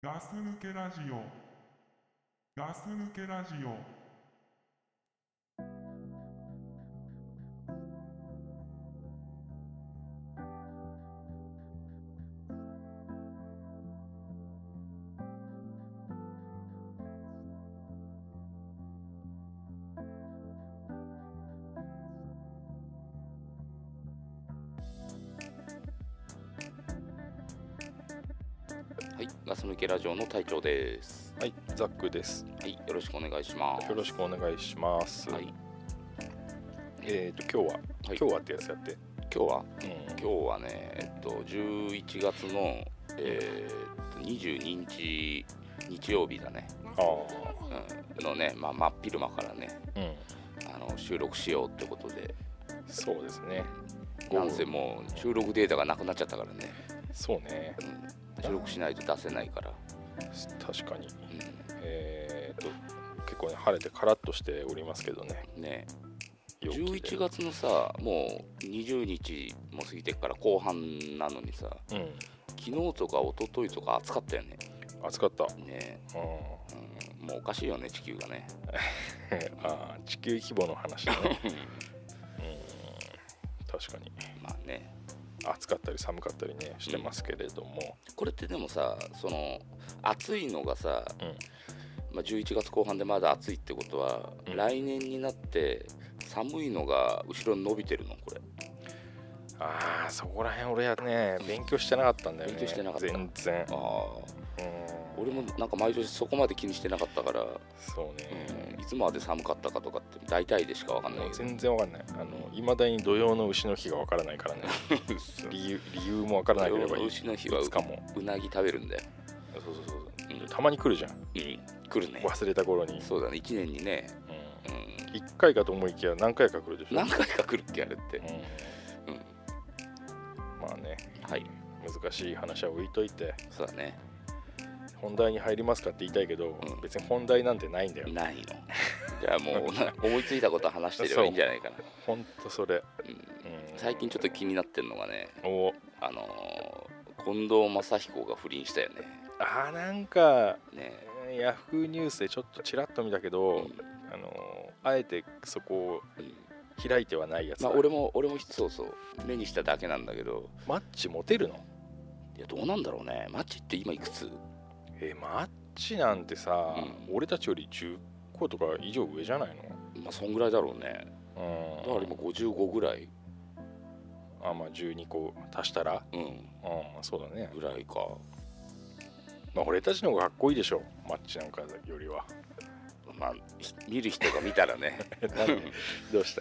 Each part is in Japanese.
ガス抜けラジオ。ガス抜けラジオ。 はい、ガス抜けラジオの隊長です。 はい、ザックです。 はい、よろしくお願いします。 よろしくお願いします。 はい、 今日は、今日はってやつやって。 今日は、 うん、 今日はね、11月の、22日日曜日だね。のね、真っ昼間からね、収録しようってことで。 そうですね。 なんせもう収録データがなくなっちゃったからね。 そうね。 収録しないと出せないから。 確かに。結構ね晴れてカラッとしておりますけどね。 ね。11月のさ、もう20日も過ぎてから後半なのにさ、昨日とか一昨日とか暑かったよね。 暑かったね。もうおかしいよね、地球がね。 地球規模の話だね。確かに。 まあね、 暑かったり寒かったりねしてますけれども、 これってでもさ、その暑いのがさ、11月後半でまだ暑いってことは、来年になって寒いのが後ろに伸びてるのこれ。 そこら辺俺はね勉強してなかったんだよね。 勉強してなかった。 全然。 俺もなんか毎年そこまで気にしてなかったから。 そうね、 いつまで寒かったかとかって大体でしか分かんないけど。 全然分かんない。いまだに土曜の丑の日が分からないからね。理由も分からなければいい。 丑の日はうなぎ食べるんだよ。 そう、たまに来るじゃん。 来るね。 忘れた頃に。 そうだね、1年にね、 1回かと思いきや何回か来るでしょ。 何回か来るってやるって。 まあね、 はい、 難しい話は置いといて。 そうだね。 本題に入りますかって言いたいけど、別に本題なんてないんだよ。 ないの。じゃあもう思いついたこと話してればいいんじゃないかな。 ほんとそれ。 最近ちょっと気になってんのがね、近藤真彦が不倫したよね。 なんかね、 ヤフーニュースでちょっとちらっと見たけど、あえてそこを開いてはないやつだ。 俺もそう目にしただけなんだけど。 マッチモテるの？ いや、どうなんだろうね。マッチって今いくつ？ マッチなんてさ、俺たちより10個とか以上上じゃないの？ そんぐらいだろうね。だから今55ぐらい。 12個足したら、そうだね。 ぐらいか。 俺たちの方がかっこいいでしょ、マッチなんかよりは。 見る人が見たらね。 どうした？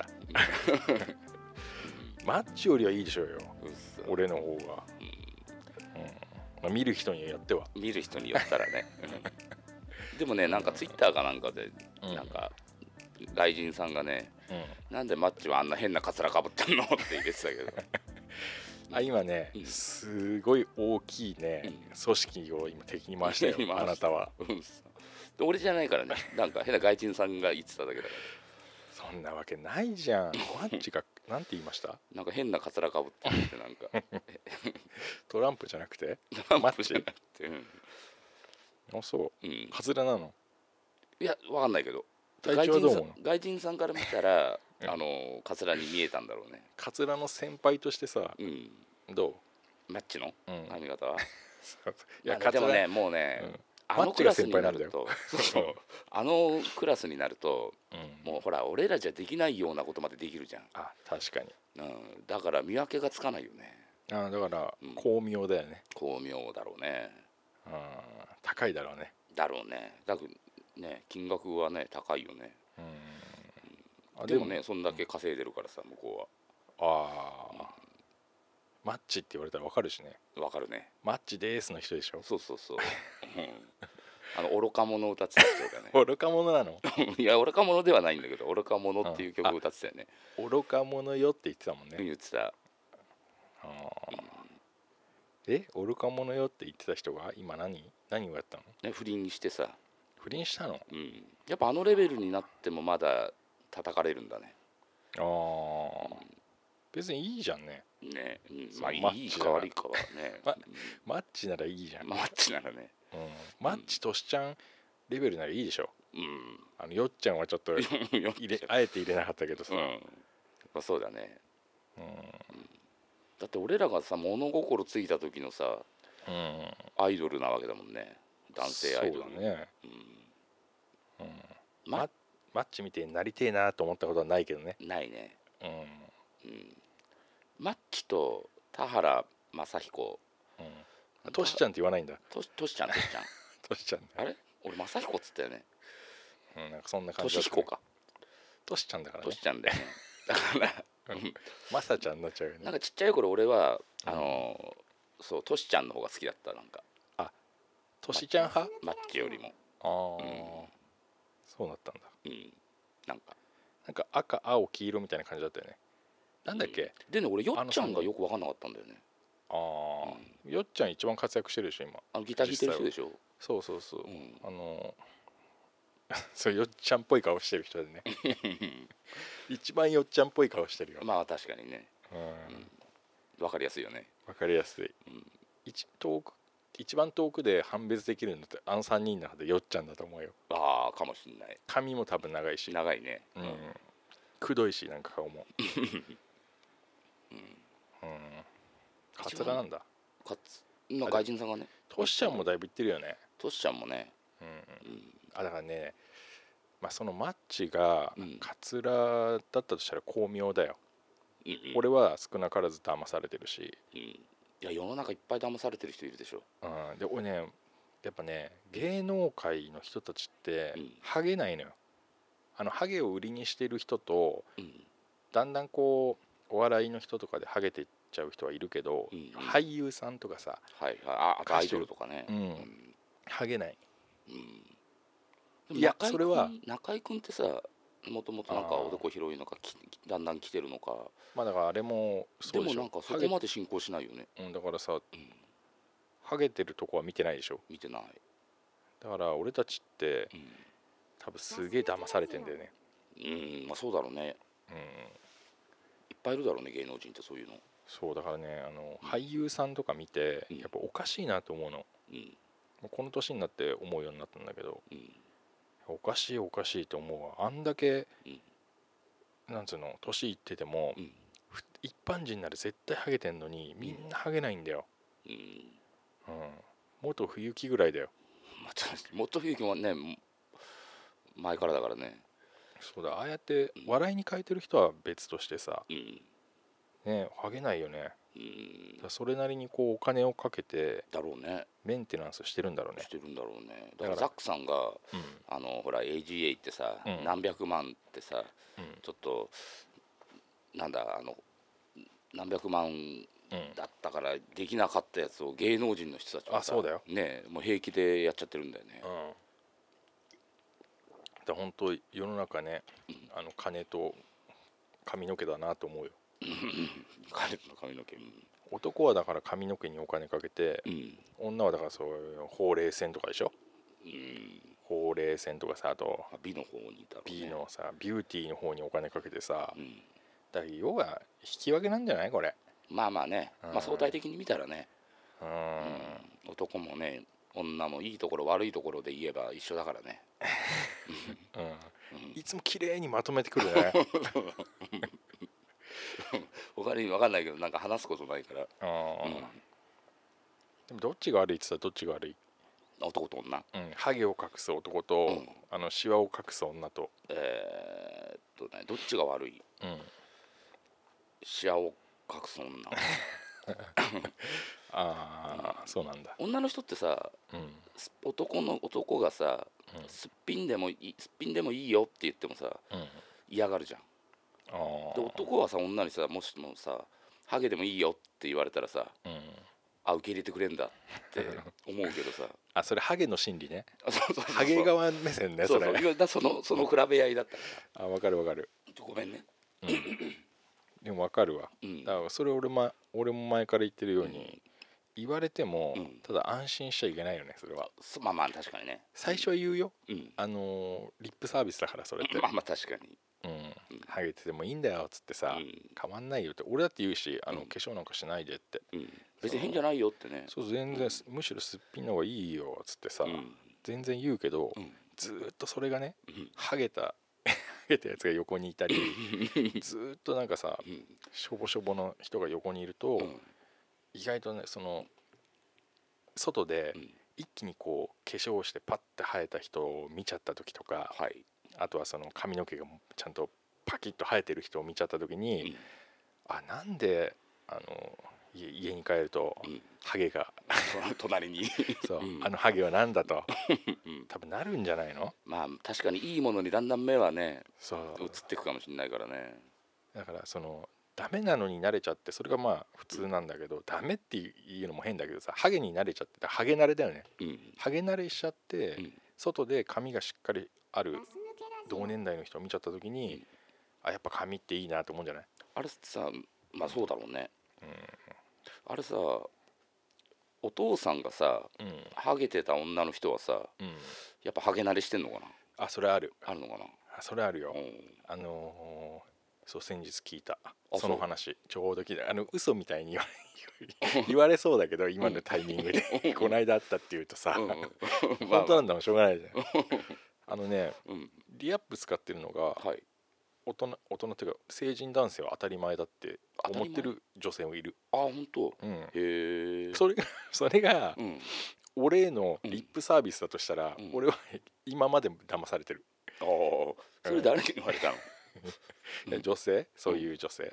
マッチよりはいいでしょうよ、俺の方が。見る人によっては。 見る人によったらね。でもね、なんかツイッターかなんかで、なんか外人さんがね、なんでマッチはあんな変なカツラかぶってんのって言ってたけど。 今ね、すごい大きいね、組織を今敵に回したよ。あなたは。 俺じゃないからね。なんか変な外人さんが言ってただけだから。 そんなわけないじゃん。マッチがなんて言いました？ なんか変なカツラかぶってって、なんかトランプじゃなくて？ トランプじゃなくて、 そう、カツラなの？ いや、わかんないけど、外人さんから見たらカツラに見えたんだろうね。 カツラの先輩としてさ、どう？ マッチの髪型は。 いや、 でもね、もうね、あのクラスになると、あのクラスになると、もうほら、俺らじゃできないようなことまでできるじゃん。 確かに。 だから見分けがつかないよね。 だから巧妙だよね。 巧妙だろうね。 高いだろうね。 だろうね。だからね、金額はね、高いよね。でもね、そんだけ稼いでるからさ、向こうは。 マッチって言われたら分かるしね。 分かるね。 マッチですの人でしょ。 そう。愚か者を歌ってた人だね。 愚か者なの？ いや、愚か者ではないんだけど、愚か者っていう曲を歌ってたよね。 愚か者よって言ってたもんね。 言ってた。 愚か者よって言ってた人が今何をやったの？ ね、不倫してさ。 不倫したの？ やっぱあのレベルになってもまだ叩かれるんだね。 別にいいじゃんね。 ね、いいか悪いかはね。 マッチならいいじゃん。 マッチならね。 マッチとしちゃんレベルならいいでしょ。 うん、 よっちゃんはちょっとあえて入れなかったけどさ、 うん、やっぱそうだね、 うんだって俺らがさ物心ついた時のさ、アイドルなわけだもんね、男性アイドル。 そうだね、マッチ見てなりてえなと思ったことはないけどね。 ないね、マッチと田原正彦、 トシちゃんって言わないんだ。 トシちゃんトシちゃん、 あれ俺正彦っつったよね。 なんかそんな感じだった。 トシ彦か。 トシちゃんだからね。 トシちゃんだよね。だからマサちゃんになっちゃうよね。 なんかちっちゃい頃俺はそうトシちゃんの方が好きだった。なんかトシちゃん派？ マッチよりも。 そうなったんだ。 なんか赤青黄色みたいな感じだったよね。なんだっけ？ でね、俺よっちゃんがよく分かんなかったんだよね。 よっちゃん一番活躍してるでしょ今。 ギター弾いてる人でしょ。 そうそうよっちゃんっぽい顔してる人でね。一番よっちゃんっぽい顔してるよ。 まあ確かにね。分かりやすいよね。 分かりやすい。一番遠くで判別できるのって3人の中でよっちゃんだと思うよ。 かもしんない。 髪も多分長いし。 長いね。 くどいし、なんか顔も。カツラなんだ。 外人さんがね。 トシちゃんもだいぶいってるよね。 トシちゃんもね。 だからね、そのマッチがカツラだったとしたら巧妙だよ。俺は少なからず騙されてるし。 いや世の中いっぱい騙されてる人いるでしょ。 で俺ね、やっぱね芸能界の人たちってハゲないのよ。ハゲを売りにしてる人と、だんだんこうお笑いの人とかでハゲていっちゃう人はいるけど、俳優さんとかさ、 アイドルとかね、 ハゲない。 いやそれは中居君ってさ、もともとなんか男広いのかだんだん来てるのか。 だからあれもそうでしょ。 でもなんかそこまで進行しないよね。 だからさ、ハゲてるとこは見てないでしょ。 見てない。 だから俺たちって、多分すげえ騙されてんだよね。 まあそうだろうね。いっぱいいるだろうね、芸能人ってそういうの。 そうだからね、俳優さんとか見てやっぱおかしいなと思うの。この年になって思うようになったんだけど、おかしいと思うわ。あんだけ、なんつうの、年いってても、一般人なら絶対ハゲてんのにみんなハゲないんだよ。元冬木ぐらいだよ。 元冬木もね前からだからね。 そうだ、ああやって笑いに変えてる人は別としてさ、ね、ハゲないよね。それなりにこうお金をかけてだろうね、 メンテナンスしてるんだろうね。 してるんだろうね。だからザックさんが、ほら AGA ってさ、何百万ってさ、ちょっとなんだ何百万だったからできなかったやつを芸能人の人たちはさ、 そうだよね、もう平気でやっちゃってるんだよね。 だ本当世の中ね、金と髪の毛だなと思うよ。 金と髪の毛。 男はだから髪の毛にお金かけて、女はだからそういうほうれい線とかでしょ。ほうれい線とかさ、あと美の方にだろうね。 美のさ、ビューティーの方にお金かけてさ、だから要は引き分けなんじゃないこれ。 まあね、相対的に見たらね、男もね女もいいところ悪いところで言えば一緒だからね。 いつも綺麗にまとめてくるね。 他に分かんないけどなんか話すことないから。 でもどっちが悪いって言ったらどっちが悪い？ 男と女。 ハゲを隠す男と、シワを隠す女と。 どっちが悪い？シワを隠す女。 そうなんだ。 女の人ってさ、男がさ、すっぴんでもいいよって言ってもさ、嫌がるじゃん。で男はさ女にさ、もしもさハゲでもいいよって言われたらさ、受け入れてくれんだって思うけどさ。 それハゲの心理ね。ハゲ側目線ね。それその比べ合いだったから。わかる。 ごめんね。 でもわかるわ。だからそれ俺も前から言ってるように、言われてもただ安心しちゃいけないよね。それはまあ確かにね。 最初は言うよ。リップサービスだからそれって。 まあ確かに。 ハゲててもいいんだよっつってさ、変わんないよって俺だって言うし、化粧なんかしないでって、 別に変じゃないよってね。 そう全然、むしろすっぴんの方がいいよっつってさ、全然言うけど、ずーっとそれがね、ハゲたやつが横にいたりずーっとなんかさ、しょぼしょぼの人が横にいると、意外とねその外で一気にこう化粧してパッて生えた人を見ちゃった時とか、あとはその髪の毛がちゃんとパキッと生えてる人を見ちゃった時に、なんで家に帰るとハゲが隣にそう、ハゲはなんだと多分なるんじゃないの。 まあ確かにいいものにだんだん目はねそう移っていくかもしれないからね。 だからそのダメなのに慣れちゃって、それがまあ普通なんだけど、ダメっていうのも変だけどさ、ハゲに慣れちゃってハゲ慣れだよね、ハゲ慣れしちゃって、外で髪がしっかりある同年代の人を見ちゃった時に、やっぱ髪っていいなと思うんじゃない。 あれさ、まあそうだろうね、あれさ、お父さんがさ、ハゲてた女の人はさ、やっぱハゲ慣れしてんのかな。 それあるのかな。 それあるよ、そう先日聞いたその話、ちょうど聞いた。嘘みたいに言われそうだけど今のタイミングでこの間あったって言うとさ、本当なんだもんしょうがないじゃん。リアップ使ってるのが、大人っていうか成人男性は当たり前だって思ってる女性もいる。 本当。へえ。 それが、俺へのリップサービスだとしたら、俺は今まで騙されてる。 それ誰に言われたの？ 女性、そういう女性。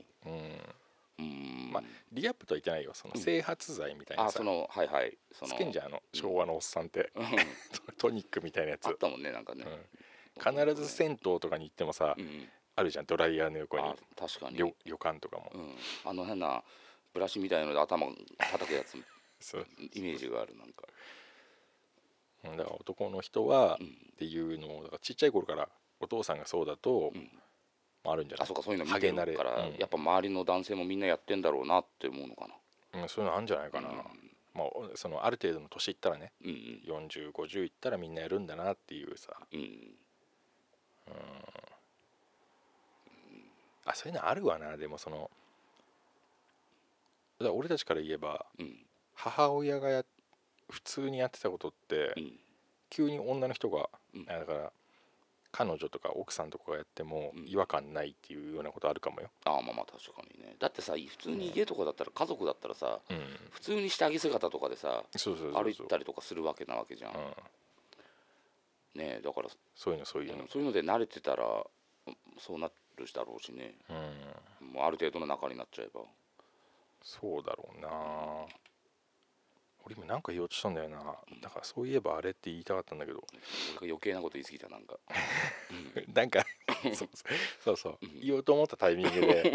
まあリアップとは言ってないよ。その整髪剤みたいなさ、つけんじゃん昭和のおっさんってトニックみたいなやつあったもんね、なんかね。 必ず銭湯とかに行ってもさ、あるじゃん、ドライヤーの横に。 確かに旅館とかも、 変なブラシみたいので頭叩くやつそうイメージがある。なんかだから男の人はっていうのをだからちっちゃい頃からお父さんがそうだと、あるんじゃない。 そうか、そういうの見てるから、やっぱ周りの男性もみんなやってんだろうなって思うのかな。 そういうのあるんじゃないかな。まあそのある程度の年いったらね、40、50いったらみんなやるんだなっていうさ、そういうのあるわな。でもそのだから俺たちから言えば、母親が普通にやってたことって、急に女の人が、だから彼女とか奥さんとかがやっても違和感ないっていうようなことあるかもよ。 まあ確かにね。だってさ、普通に家とかだったら、家族だったらさ、普通に下着姿とかでさ歩いたりとかするわけなわけじゃん。ね、だからそういうので慣れてたらそうなるだろうしね。もうある程度の仲になっちゃえば。 そうだろうな。俺今なんか言おうとしたんだよな。だからそういえばあれって言いたかったんだけど、 俺が余計なこと言い過ぎた。なんかなんかそう言おうと思ったタイミングで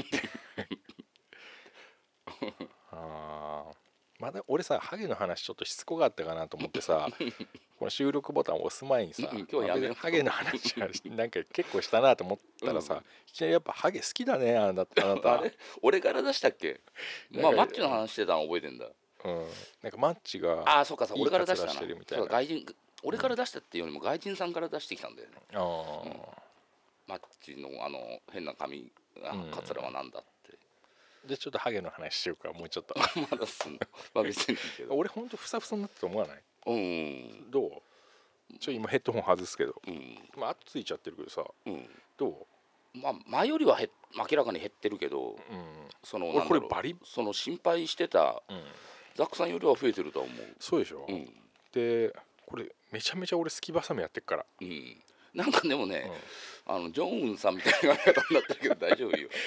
まだ俺さ、ハゲの話ちょっとしつこかったかなと思ってさこの収録ボタンを押す前にさ、 今日やめよう。 ハゲの話はなんか結構したなと思ったらさ、いきなりやっぱハゲ好きだねあなたあれ俺から出したっけ？マッチの話してたの覚えてんだ。 なんかマッチがそうか、俺から出したな。 してるみたいな。 外人、俺から出したっていうよりも外人さんから出してきたんだよね。マッチの変な髪カツラはなんだって。 でちょっとハゲの話しようか、もうちょっとまだすんの。別にいいけど。 俺ほんとふさふさになったと思わない？どう？今ヘッドホン外すけど、まあ後ついちゃってるけどさ、どう？ まあ前よりは明らかに減ってるけど、 俺これバリその心配してたザックさんよりは増えてるとは思う。 そうでしょ。でこれめちゃめちゃ俺すきばさみやってっから。 なんかでもね、ジョンウンさんみたいな髪型になってるけど大丈夫よ。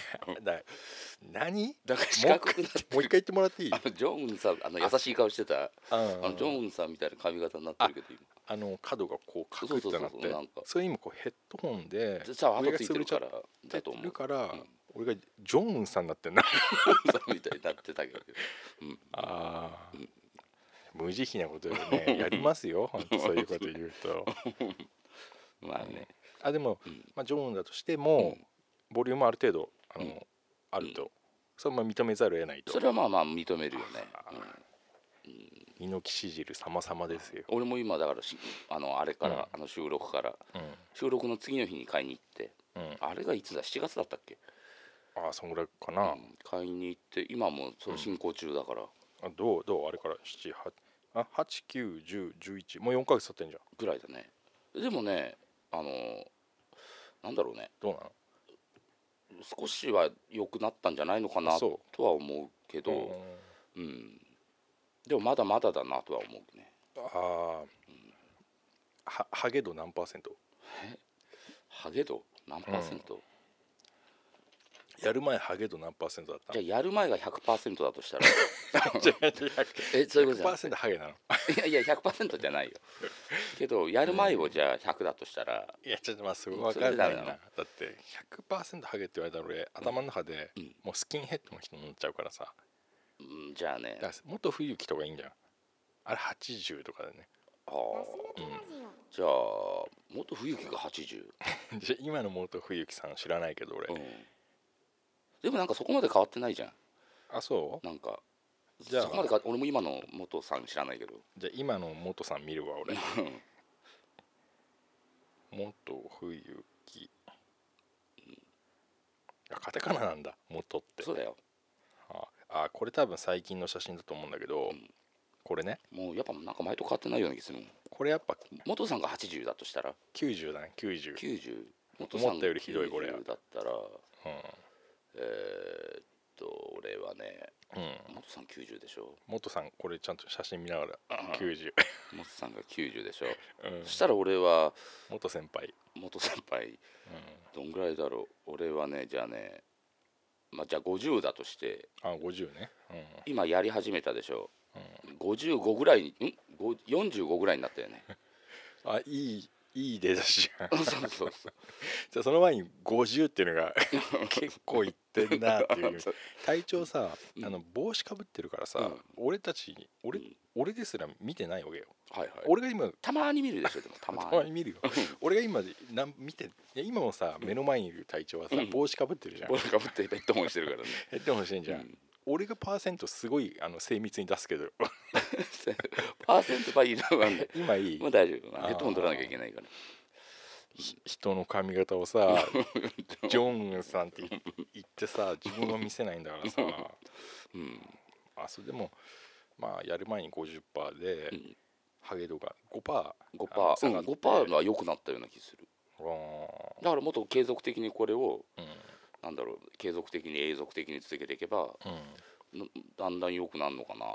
何？ だから四角くなってもう一回言ってもらっていい？ ジョンウンさん、優しい顔してたジョンウンさんみたいな髪型になってるけど、 今角がこうカクッとなって、それ今こうヘッドホンで上がついてるからだと思うから、 俺がジョンウンさんになってんなみたいになってたけど、 無慈悲なことでねやりますよ本当そういうこと言うとまあね、 でも、ジョンウンだとしても、ボリュームある程度あると、それは認めざるを得ないと。 それはまあ認めるよね。 猪木し汁様々ですよ。 俺も今だからあれから、収録から、収録の次の日に買いに行って、あれがいつだ、7月だったっけ。 そんぐらいかな、 買いに行って、今もそれ進行中だから、 どうあれから8、9、10、11もう4ヶ月経ってんじゃんぐらいだね。でもね、なんだろうね、 どうなの。 少しは良くなったんじゃないのかなとは思うけど、でもまだまだだなとは思うね。 ハゲ度何パーセント？ ハゲ度何パーセント？ やる前ハゲ度何パーセントだった？ じゃあやる前が 100% だとしたらそういうことじゃん。 100% ハゲなの？ いや 100% じゃないよけど、やる前をじゃあ100だとしたら、 いやちょっとすごい分かんないな。だって 100% ハゲって言われたら俺頭の中でもうスキンヘッドの人になっちゃうからさ、 じゃあね、 元冬木とかいいんじゃん。あれ80とかでね。 じゃあ元冬木が80 じゃあ今の元冬木さん知らないけど俺、 でもなんかそこまで変わってないじゃん。 そうなんかじゃあそこまで俺も今の元さん知らないけど、 じゃあ今の元さん見るわ俺元冬木、カタカナなんだ元って。 そうだよ。 これ多分最近の写真だと思うんだけど、これね、 もうやっぱなんか前と変わってないような気するもん。 これやっぱ元さんが80だとしたら 90だね。90 元さん思ったよりひどいこれだったら、俺はね、元さん90でしょ。 元さんこれちゃんと写真見ながら90 元さんが90でしょ、そしたら俺は元先輩、 どんぐらいだろう。俺はね、じゃあね、じゃあ50だとして、 50ね、 今やり始めたでしょ、55ぐらいに45ぐらいになったよねいい出だしじゃんそうじゃあその前に50っていうのが結構いってんなっていう体調さ、帽子かぶってるからさ、俺ですら見てないわけよ。俺が今たまに見るでしょ。でもたまに見るよ俺が今見て、今もさ目の前にいる隊長はさ、帽子かぶってるじゃん。 帽子かぶってヘッドホンしてるからねヘッドホンしてんじゃん、俺がパーセントすごい精密に出すけどパーセントはいいのなんで今いい？ 大丈夫。ヘッドホン取らなきゃいけないから。 人の髪型をさジョンさんって言ってさ自分は見せないんだからさそれでもやる前に 50% で、ハゲ度が 5% は良くなったような気する。だからもっと継続的にこれを、継続的に永続的に続けていけば、だんだん良くなるのかなって。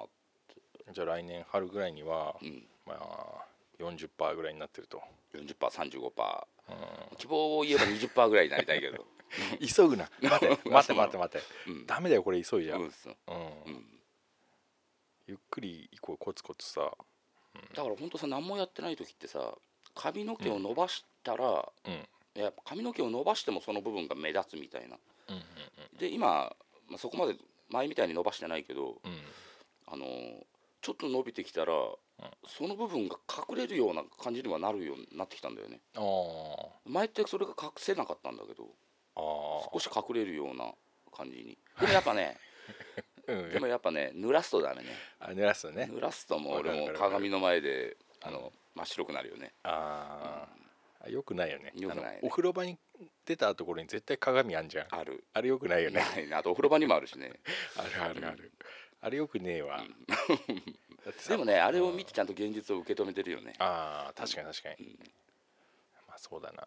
じゃあ来年春ぐらいには、40% ぐらいになってると。 40%、35%、希望を言えば20% ぐらいになりたいけど急ぐな。待て、ダメだよこれ急いじゃん。ゆっくりこうコツコツさ、 だから本当さ、何もやってない時ってさ、髪の毛を伸ばしたら、いや髪の毛を伸ばしてもその部分が目立つみたいな、で今、そこまで前みたいに伸ばしてないけど、ちょっと伸びてきたら、その部分が隠れるような感じにはなるようになってきたんだよね。前ってそれが隠せなかったんだけど、少し隠れるような感じに。でもやっぱね濡らすとダメね。 濡らすとね。 濡らすともう俺も鏡の前で真っ白くなるよね。 よくないよね。 よくないね。 お風呂場に出たところに絶対鏡あんじゃん。あれよくないよね。 あとお風呂場にもあるしねあるあれよくねえわ。 でもね、あれを見てちゃんと現実を受け止めてるよね。 確かに、そうだな。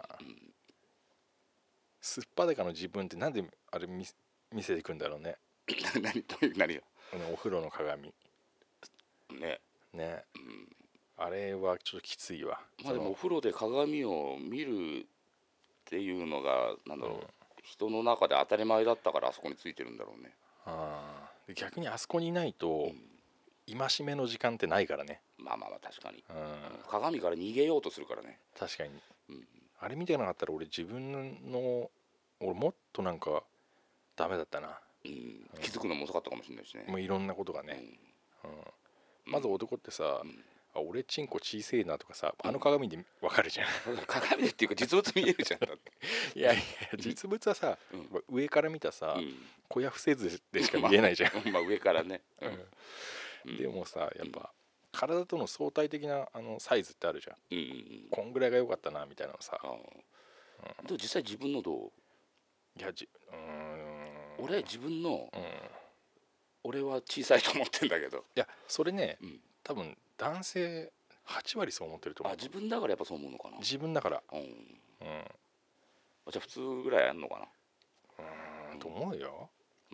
すっぱだかの自分ってなんであれ見せていくんだろうね何がお風呂の鏡ね、あれはちょっときついわ。 でもお風呂で鏡を見るっていうのが人の中で当たり前だったからあそこについてるんだろうね。 逆にあそこにいないと、戒めの時間ってないからね。 確かに、鏡から逃げようとするからね。 確かに、あれ見てなかったら俺もっとなんかダメだったな。 気づくのも遅かったかもしれないしね。 もういろんなことがね、まず男ってさ、俺チンコ小せえなとかさ、あの鏡で分かるじゃん鏡でっていうか実物見えるじゃんだっていや実物はさ、上から見たさ、小屋伏せずでしか見えないじゃん上からね、 でもさやっぱ体との相対的なサイズってあるじゃん、こんぐらいが良かったなみたいなのさ。 でも実際自分のどう？ いや俺自分の、俺は小さいと思ってんだけど。 いやそれね、多分男性8割そう思ってると思う。 自分だからやっぱそう思うのかな。 自分だから。 じゃあ普通ぐらいやんのかな。 と思うよ。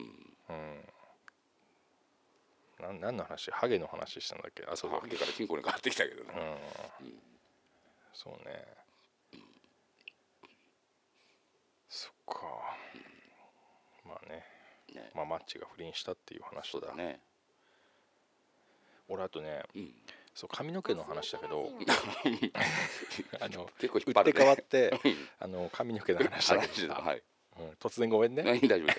何の話？ハゲの話したんだっけ？そうだ。 ハゲから金庫に変わってきたけどね。 そうね。そっか。まあね。まあマッチが不倫したっていう話だ。 そうだね。 俺あとね、そう髪の毛の話だけど結構打って変わって髪の毛の話だけどさ、突然ごめんね。 大丈夫大丈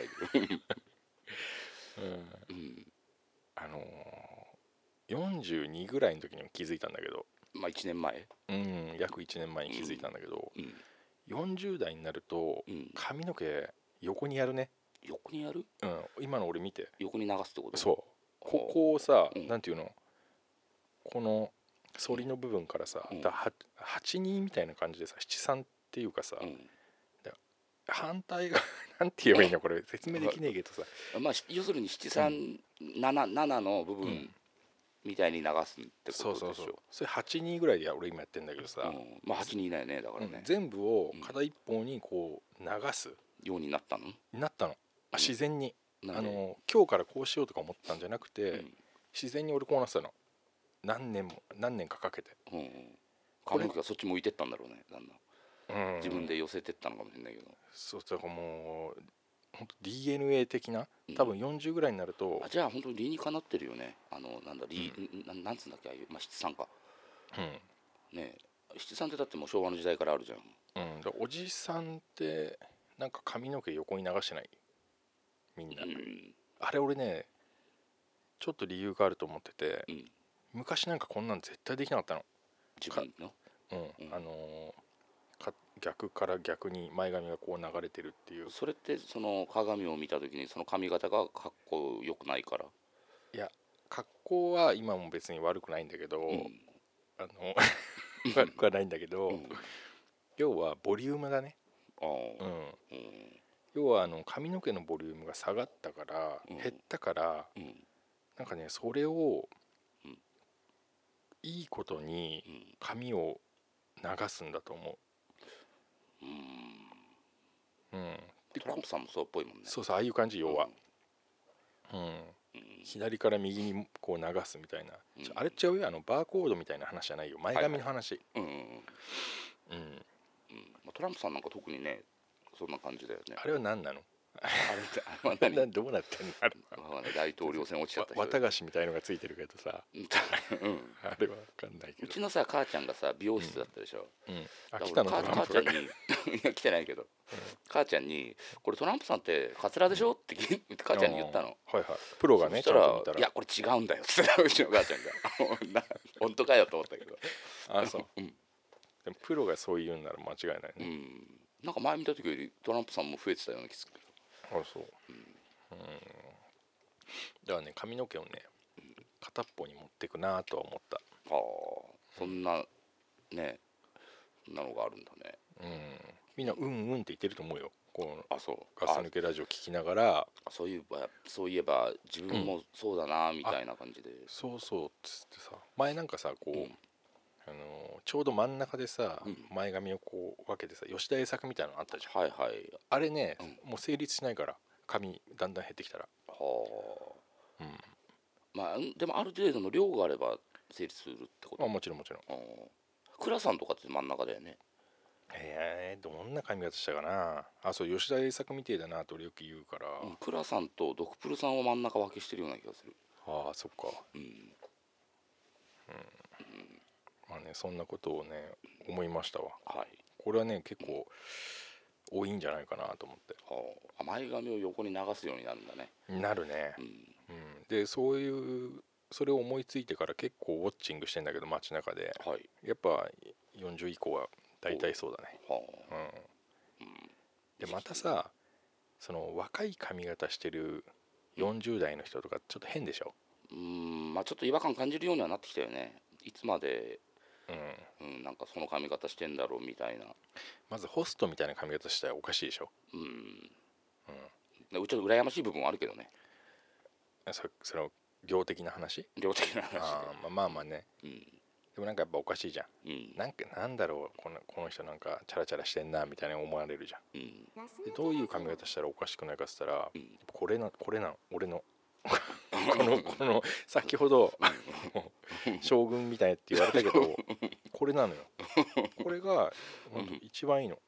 夫。42ぐらいの時にも気づいたんだけど、 まあ1年前、 約1年前に気づいたんだけど、40代になると髪の毛横にやるね。 横にやる？ 今の俺見て。横に流すってこと？ そう。ここをさ、なんていうの、この反りの部分からさ、82みたいな感じでさ、73っていうかさ、反対がなんて言えばいいのこれ説明できねえけどさ、 まあ要するに737の部分みたいに流すってことでしょ。 そうそれ82ぐらいで俺今やってんだけどさ、 まあ82だよね。だからね、 全部を片一方にこう流すようになったの。 自然に。今日からこうしようとか思ったんじゃなくて、自然に俺こうなってたの。何年かかけて。 髪の毛がそっち向いてったんだろうね、だんだん。自分で寄せてったのかもしれないけど。 そうだからもう本当 DNA 的な、多分40ぐらいになると。 じゃあ本当に理にかなってるよね。なんつうんだっけ、まあ七三か。ね、七三ってだってもう昭和の時代からあるじゃん。 おじさんってなんか髪の毛横に流してない？みんな。あれ俺ねちょっと理由があると思ってて、昔なんかこんなん絶対できなかったの。 自分の逆から逆に前髪がこう流れてるっていう。 それってその鏡を見た時にその髪型がかっこよくないから？ いや格好は今も別に悪くないんだけど、悪くはないんだけど、要はボリュームだね。要は髪の毛のボリュームが下がったから、減ったから、なんかねそれをいいことに髪を流すんだと思う。 トランプさんもそうっぽいもんね。 そうああいう感じ。要は左から右にこう流すみたいな。あれ違うよ、バーコードみたいな話じゃないよ、前髪の話。 トランプさんなんか特にねそんな感じだよね。 あれは何なの？ あれは何？ どうなってんの？あれは大統領選落ちちゃった人。 綿菓子みたいのがついてるけどさ、あれは分かんないけど。 うちのさ母ちゃんがさ美容室だったでしょ。 来たの？ 母ちゃんにいや来てないけど、母ちゃんにこれトランプさんってカツラでしょって母ちゃんに言ったの。 プロがね。 そしたらいやこれ違うんだよって言ったらうちの母ちゃんが本当かよと思ったけど。 そう。でもプロがそう言うんなら間違いないね。 なんか前見た時よりトランプさんも増えてたような気がするけど。 そう。だからね髪の毛をね片っぽに持ってくなとは思った。 そんなねなのがあるんだね。 みんなうんって言ってると思うよ。このそうガス抜けラジオ聞きながら、 そういえば自分もそうだなみたいな感じで。 そうっつってさ、前なんかさこう、ちょうど真ん中でさ、前髪をこう分けてさ吉田栄作みたいなのあったじゃん。あれね、もう成立しないから髪だんだん減ってきたら。 まあでもある程度の量があれば成立するってこと？ もちろん。 倉さんとかって真ん中だよね。 どんな髪型したかな。そう吉田栄作みてえだなと俺よく言うから。 倉さんとドクプルさんを真ん中分けしてるような気がする。 そっか。まあねそんなことをね思いましたわ。これはね結構多いんじゃないかなと思って。 前髪を横に流すようになるんだね。 なるね。でそれを思いついてから結構ウォッチングしてんだけど街中で、やっぱ40以降は大体そうだね。でまたさその若い髪型してる40代の人とかちょっと変でしょ。 まあちょっと違和感感じるようにはなってきたよね。いつまで、なんかその髪型してんだろうみたいな。 まずホストみたいな髪型したらおかしいでしょ。 ちょっと羨ましい部分もあるけどね。 その業的な話。 業的な話で。 まあね、でもなんかやっぱおかしいじゃん、なんだろうこの人なんかチャラチャラしてんなみたいに思われるじゃん、でどういう髪型したらおかしくないかっつったら、これな俺のこの先ほど将軍みたいって言われたけどこれなのよ。これが本当一番いいの。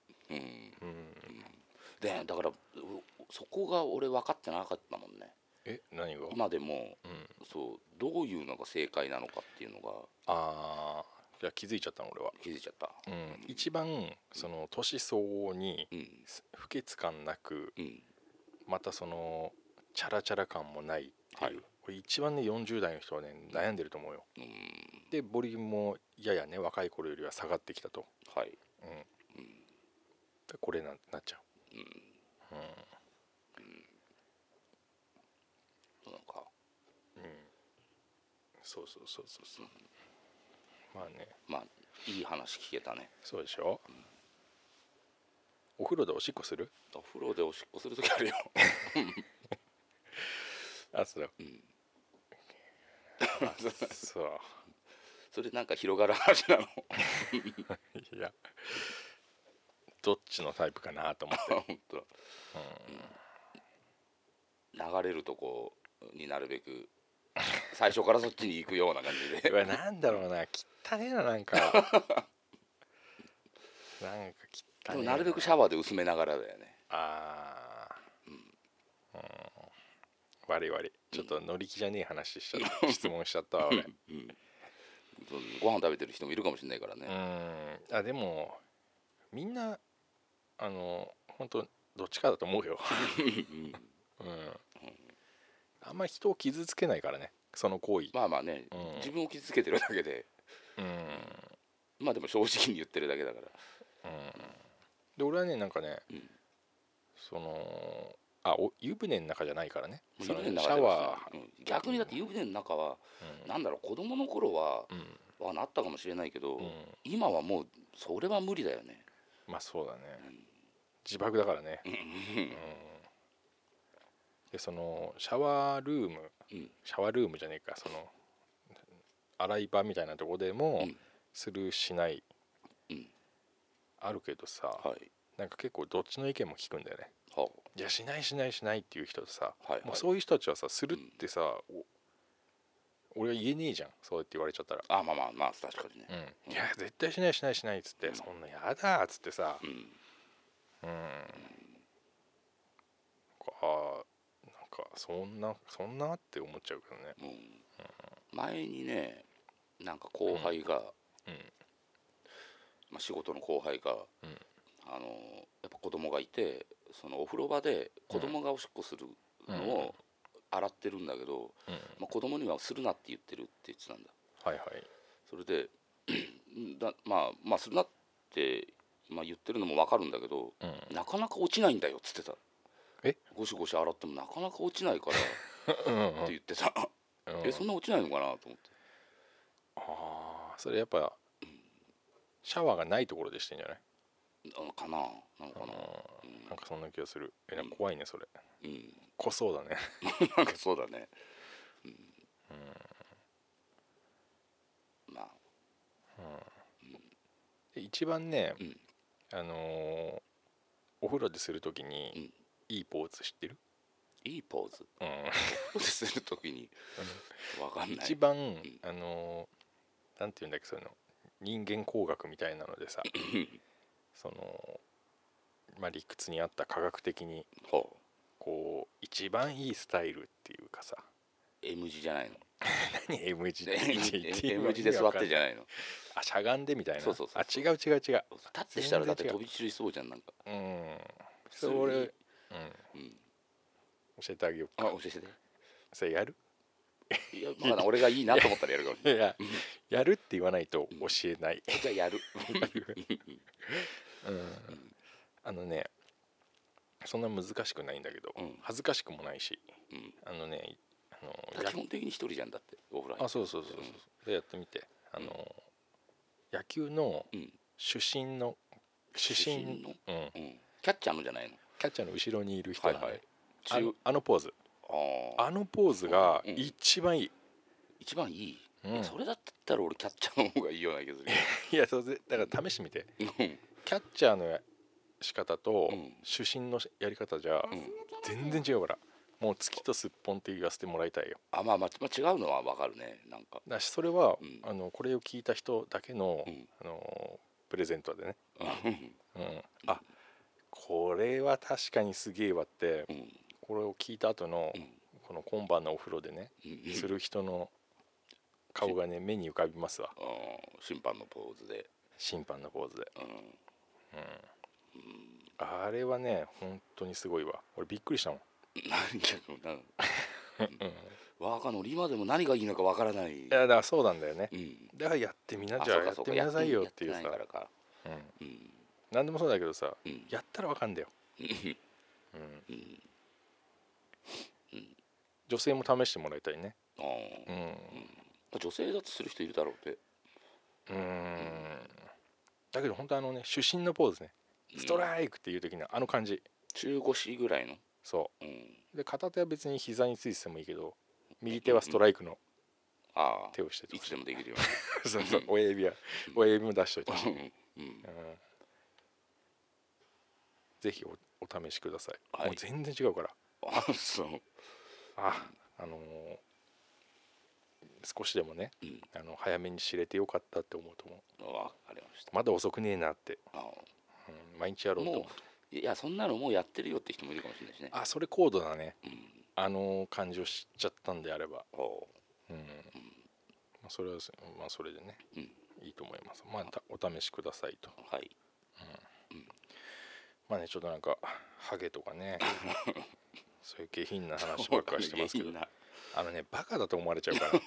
でだからそこが俺分かってなかったもんね。 何が今でも、そうどういうのが正解なのかっていうのがじゃあ気づいちゃったの俺は。 気づいちゃった。 一番その年相応に不潔感なく、またそのチャラチャラ感もないっていう、これ一番ね40代の人はね悩んでると思うよ。でボリュームもややね若い頃よりは下がってきたと。これなっちゃう。 なんかそう、まあね、 まあいい話聞けたね。 そうでしょ。お風呂でおしっこする？ お風呂でおしっこする時あるよ。 そう。そう。 それなんか広がる話なの？ いや、どっちのタイプかなと思って。 本当。流れるとこになるべく最初からそっちに行くような感じで。 なんだろうな、汚ねえななんか。なんか汚ねえ。 でもなるべくシャワーで薄めながらだよね。 悪いちょっと乗り気じゃねえ話しちゃった。質問しちゃったわ俺。 ご飯食べてる人もいるかもしれないからね。 でもみんな本当どっちかだと思うよ。あんまり人を傷つけないからねその行為。 まあね、自分を傷つけてるだけで、まあでも正直に言ってるだけだから。 で俺はねなんかね、その湯船の中じゃないからね。 湯船の中では逆にだって湯船の中は、なんだろう子供の頃は、なったかもしれないけど、今はもうそれは無理だよね。 まあそうだね、自爆だからね。でそのシャワールームじゃねえか、その洗い場みたいなとこでもするしない、あるけどさ、なんか結構どっちの意見も聞くんだよね。いやしないっていう人とさ、もうそういう人たちはさするってさ、俺は言えねえじゃんそうやって言われちゃったら。 まあ確かにね。 いや絶対しないっつって、そんなやだっつってさ、なんかそんなって思っちゃうけどね。 前にねなんか後輩が、仕事の後輩が、やっぱ子供がいて、そのお風呂場で子供がおしっこするのを洗ってるんだけど、子供にはするなって言ってるって言ってたんだ。それでまあするなって言ってるのも分かるんだけど、なかなか落ちないんだよっつってた。ゴシゴシ洗ってもなかなか落ちないからって言ってた。そんな落ちないのかなと思って。 それやっぱシャワーがないところでしてんじゃないかな。なんかそんな気がする。怖いねそれ。濃そうだね。 なんかそうだね。まあ一番ね、お風呂でするときにいいポーズ知ってる？ いいポーズ？お風呂でするときに分かんない。 一番なんていうんだっけ、そういうの人間工学みたいなのでさその理屈にあった科学的にこう一番いいスタイルっていうかさ。 M 字じゃないの？ 何 M 字って M 字で座ってじゃないの？ しゃがんでみたいな。 そう違う。 立ってしたらだって飛び散りそうじゃんなんか。 それ教えてあげようか。 教えて。 それやる？ いやまだ俺がいいなと思ったらやるかもしれない。 やるって言わないと教えない。 じゃあやる。 そんな難しくないんだけど、恥ずかしくもないし、 基本的に一人じゃんだってオフライン。 そうでやってみて野球の主審のキャッチャーのじゃないの？ キャッチャーの後ろにいる人がね、あのポーズが一番いい。 一番いい。それだったら俺キャッチャーの方がいいような気がする。 いやだから試してみて。キャッチャーの仕方と主審のやり方じゃ全然違うから、もう月とすっぽんって言わせてもらいたいよ。 まあ違うのは分かるね。なんかだしそれはこれを聞いた人だけのプレゼントでね、これは確かにすげえわって、これを聞いた後のこの今晩のお風呂でねする人の顔がね目に浮かびますわ。 審判のポーズであれはね本当にすごいわ。俺びっくりしたもん。 わかんない。今でも何がいいのかわからない。 いやだからそうなんだよね。だからやってみな、じゃあやってみなさいよっていうさ。何でもそうだけどさ、やったらわかんだよ。女性も試してもらいたいね。 女性だとする人いるだろうって。 だけど本当主審のポーズね、ストライクっていう時の感じ、 中腰ぐらいの。 そう、で片手は別に膝についててもいいけど、右手はストライクの手をしてて、 いつでもできるよ。 そう親指も出しといてほしい。ぜひお試しください。もう全然違うから。少しでもね、早めに知れてよかったって思うと思う。まだ遅くねえなって、毎日やろうと思う。 いやそんなのもうやってるよって人もいるかもしれないしね。 それ高度だね。感じを知っちゃったんであれば、それはそれでね、いいと思います。お試しくださいと。ちょっとなんかハゲとかねそういう下品な話ばっかりしてますけどバカだと思われちゃうから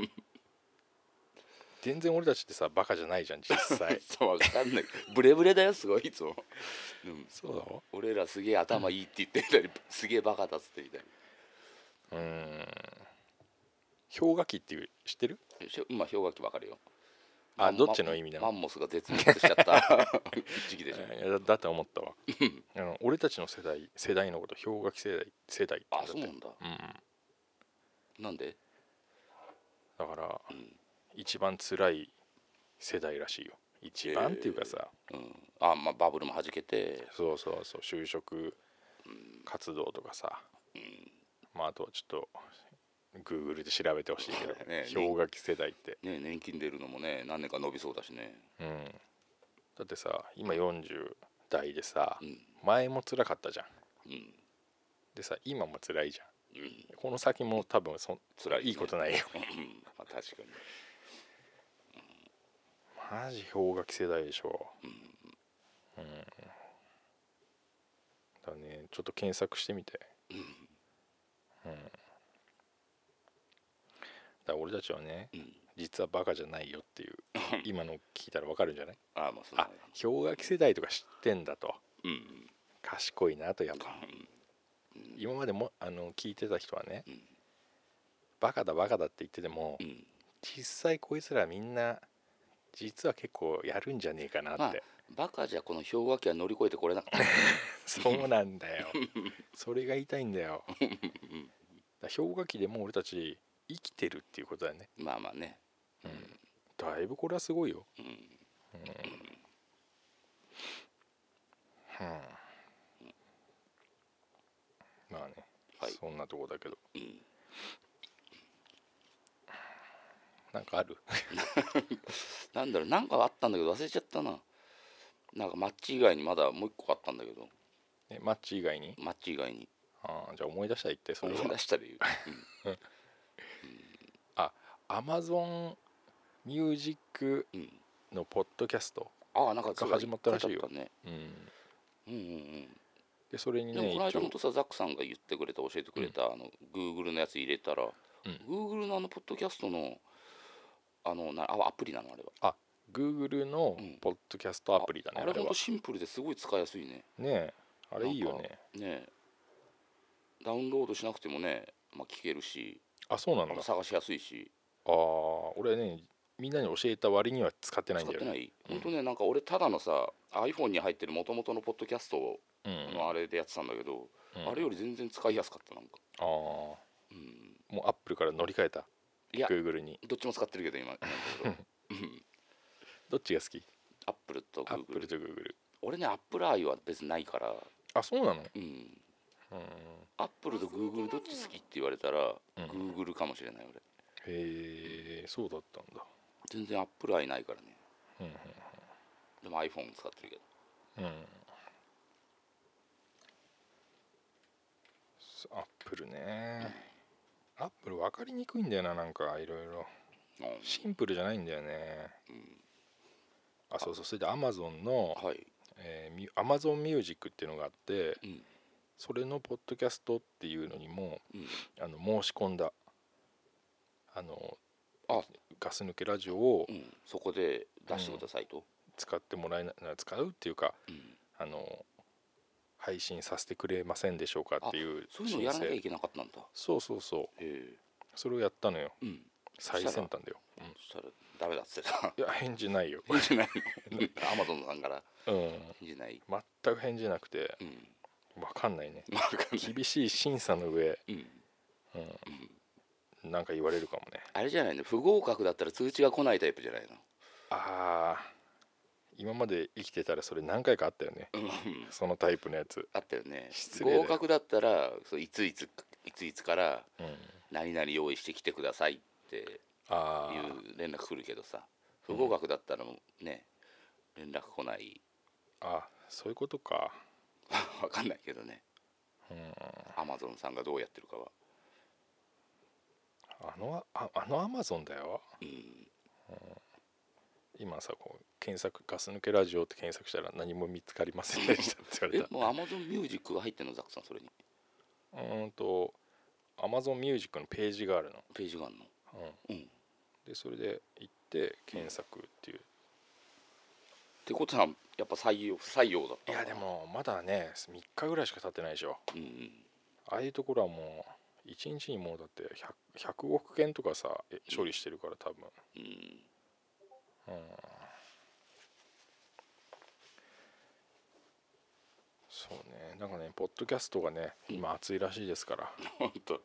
全然俺たちってさバカじゃないじゃん実際。 分かんない。ブレブレだよすごいいつも。 そうだろ。 俺らすげえ頭いいって言ってたり、すげえバカだっつってみたり。 氷河期っていう知ってる？ 氷河期分かるよ。 どっちの意味なの？ マンモスが絶滅しちゃった時期でしょ。 だって思ったわ俺たちの世代のこと氷河期世代って。 そうなんだ。なんで？ だから一番辛い世代らしいよ。一番っていうかさ、 バブルもはじけて、 そう就職活動とかさ、あとはちょっとGoogle で調べてほしいけど、氷河期世代って年金出るのもね何年か伸びそうだしね。 だってさ今40代でさ、前も辛かったじゃん。でさ今も辛いじゃん。この先も多分辛いことないよ。 確かに。 マジ氷河期世代でしょ。だね、ちょっと検索してみて。だ俺たちはね、実はバカじゃないよっていう今の聞いたら分かるんじゃない？氷河期世代とか知ってんだと、賢いなと。やっぱ今までも聞いてた人はね、バカだって言ってても、実際こいつらみんな実は結構やるんじゃねえかなって。 バカじゃこの氷河期は乗り越えてこれなかった。 そうなんだよそれが言いたいんだよ。氷河期でも俺たち生きてるっていうことだよね。 ね、 だいぶこれはすごいよ。そんなとこだけど、なんかあるなんかあったんだけど忘れちゃったな。なんかマッチ以外にまだもう一個あったんだけど。 マッチ以外に？ マッチ以外に。 じゃあ思い出したら言って。それは思い出したら言う。 Amazon ミュージックのポッドキャストなんかが始まったらしいよ。でそれにね、 でもこの間もとさザックさんが言ってくれた教えてくれたGoogle のやつ入れたら、Google のポッドキャストのアプリなのあれは。 Google のポッドキャストアプリだね。 あれほんとシンプルですごい使いやすいね。 ねえあれいいよね。 ねダウンロードしなくてもね聞けるし。 あ、そうなんだ。 探しやすいし。 ああ、俺ねみんなに教えた割には使ってないんだよね。 使ってない。本当ね、なんか俺ただのさ iPhone に入ってる元々のポッドキャストのあれでやってたんだけど、あれより全然使いやすかった。なんかああ、もうアップルから乗り換えた。 いや Google にどっちも使ってるけど今どっちが好き？ アップルとアップル Google。 と Google。 俺ねアップル愛は別にないから。 あ、そうなの？ アップルと Google どっち好きって言われたら Google かもしれない俺。 へえ、そうだったんだ。 全然アップル愛ないからね。でも iPhone 使ってるけど。 アップルね、アップル分かりにくいんだよな。なんかいろいろシンプルじゃないんだよね。あ、そうそう。それで Amazon の、Amazon Music っていうのがあって、それのポッドキャストっていうのにも、申し込んだガス抜けラジオを、 そこで出してくださいと、 使ってもらえな使うっていうか、配信させてくれませんでしょうかっていう。 そういうのやらなきゃいけなかったんだ。 そうそうそう。それをやったのよ。最先端だよ。 そしたらダメだっつってた。 いや返事ないよ。 返事ないのAmazon さんから返事ない。 全く返事なくて、分かんないね。厳しい審査の上、なんか言われるかもね。 あれじゃないの、不合格だったら通知が来ないタイプじゃないの？ ああ、今まで生きてたらそれ何回かあったよね、そのタイプのやつあったよね。 失礼だよ。 合格だったらいついつから何々用意してきてくださいっていう連絡来るけどさ、不合格だったらね連絡来ない。 あ、そういうことか。 分かんないけどね、Amazon さんがどうやってるかは。 あのアマゾンだよ。今さこう検索ガス抜けラジオって検索したら何も見つかりませんでしたって言われた。 もう Amazon Music が入ってんのザックさんそれに。 Amazon Music のページがあるの。 ページがあるの。 でそれで行って検索っていう。 ってことはやっぱ不採用だった。 いやでもまだね3日ぐらいしか経ってないでしょ。ああいうところはもう1日にもうだって100億件とかさ処理してるから多分。そうね。なんかねポッドキャストがね今熱いらしいですから。 本当。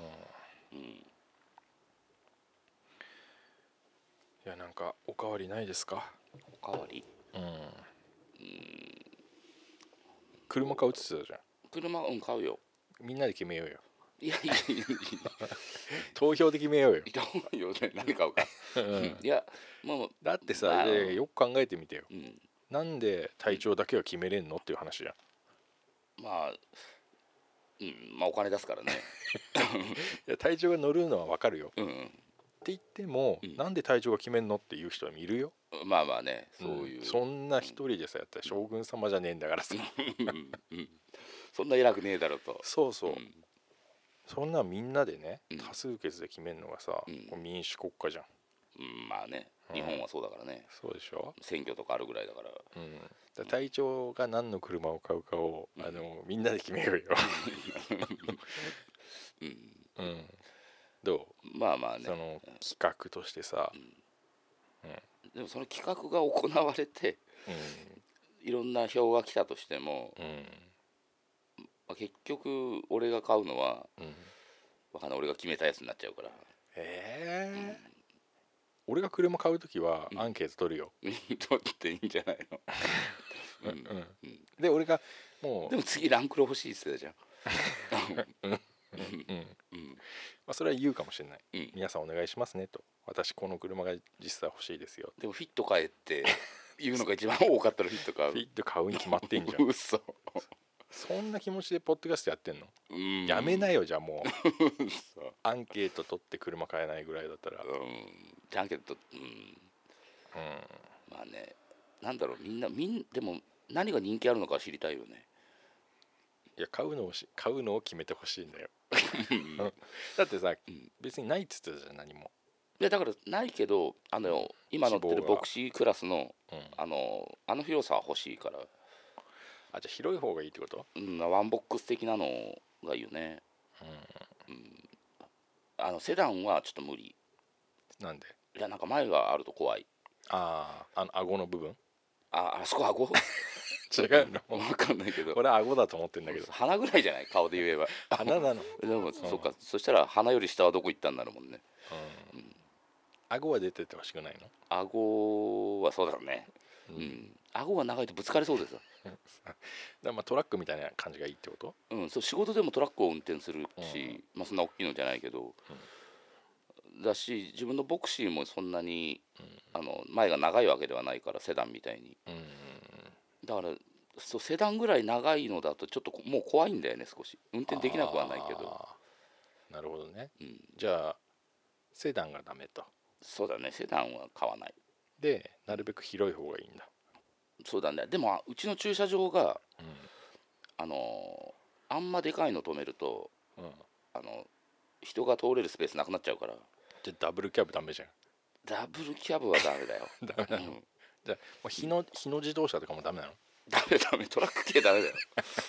いやなんかおかわりないですか？ おかわり？ 車買うって言ってたじゃん。 車買うよ。 みんなで決めようよ。 いや投票で決めようよ。 投票で何買うか。いやもうだってさ、よく考えてみてよ。なんで隊長だけは決めれんのっていう話じゃん。 まあお金出すからね。 いや隊長が乗るのは分かるよ。って言っても、なんで隊長が決めんのっていう人はいるよ。 まあまあね、そういう、 そんな一人でさやったら将軍様じゃねえんだからさ。 そんな偉くねえだろと。 そうそう、そんなみんなでね多数決で決めるのがさ、民主国家じゃん。 まあね、日本はそうだからね。 そうでしょ。 選挙とかあるぐらいだから。 隊長が何の車を買うかをみんなで決めようよ。どう？ まあまあね、 その企画としてさ、 でもその企画が行われて、いろんな票が来たとしても、結局俺が買うのは、わかんない、俺が決めたやつになっちゃうから。 俺が車買うときはアンケート取るよ。 取っていいんじゃないの。 で俺がもうでも次ランクロ欲しいって言ってたじゃん。 それは言うかもしれない、皆さんお願いしますねと、私この車が実際欲しいですよ。 でもフィット買えって言うのが一番多かったらフィット買う。 フィット買うに決まってんじゃん。 嘘。 そんな気持ちでポッドキャストやってんの？やめなよじゃあもう。アンケート取って車買えないぐらいだったら。 アンケートまあね、なんだろう、みんなでも何が人気あるのか知りたいよね。 いや買うのを決めてほしいんだよ。だってさ、別にないっつってたじゃん何も。 いやだからないけど今乗ってるボクシークラスのあの広さは欲しいから。 じゃあ広い方がいいってこと？ ワンボックス的なのがいいよね。 セダンはちょっと無理。 なんで？ いやなんか前があると怖い。 顎の部分？ あそこ顎違うの？ 分かんないけど、 俺顎だと思ってんだけど。 鼻ぐらいじゃない、顔で言えば。 鼻なの？ でもそっか、そしたら鼻より下はどこ行ったんだろうもんね。 顎は出ててほしくないの？ 顎はそうだろうね。顎が長いとぶつかりそうですよ。 だトラックみたいな感じがいいってこと？ そう、仕事でもトラックを運転するし、そんな大きいのじゃないけど、だし自分のボクシーもそんなに、前が長いわけではないから、セダンみたいに。だからセダンぐらい長いのだとちょっともう怖いんだよね、少し。運転できなくはないけど。 なるほどね。じゃあセダンがダメと。 そうだね、セダンは買わない。 でなるべく広い方がいいんだ。 そうだね。でもうちの駐車場が、あんまでかいの止めると、人が通れるスペースなくなっちゃうから。 じゃあダブルキャブダメじゃん。 ダブルキャブはダメだよ。 ダメなの？じゃあもう日野自動車とかもダメなの？ ダメ、トラック系ダメだよ。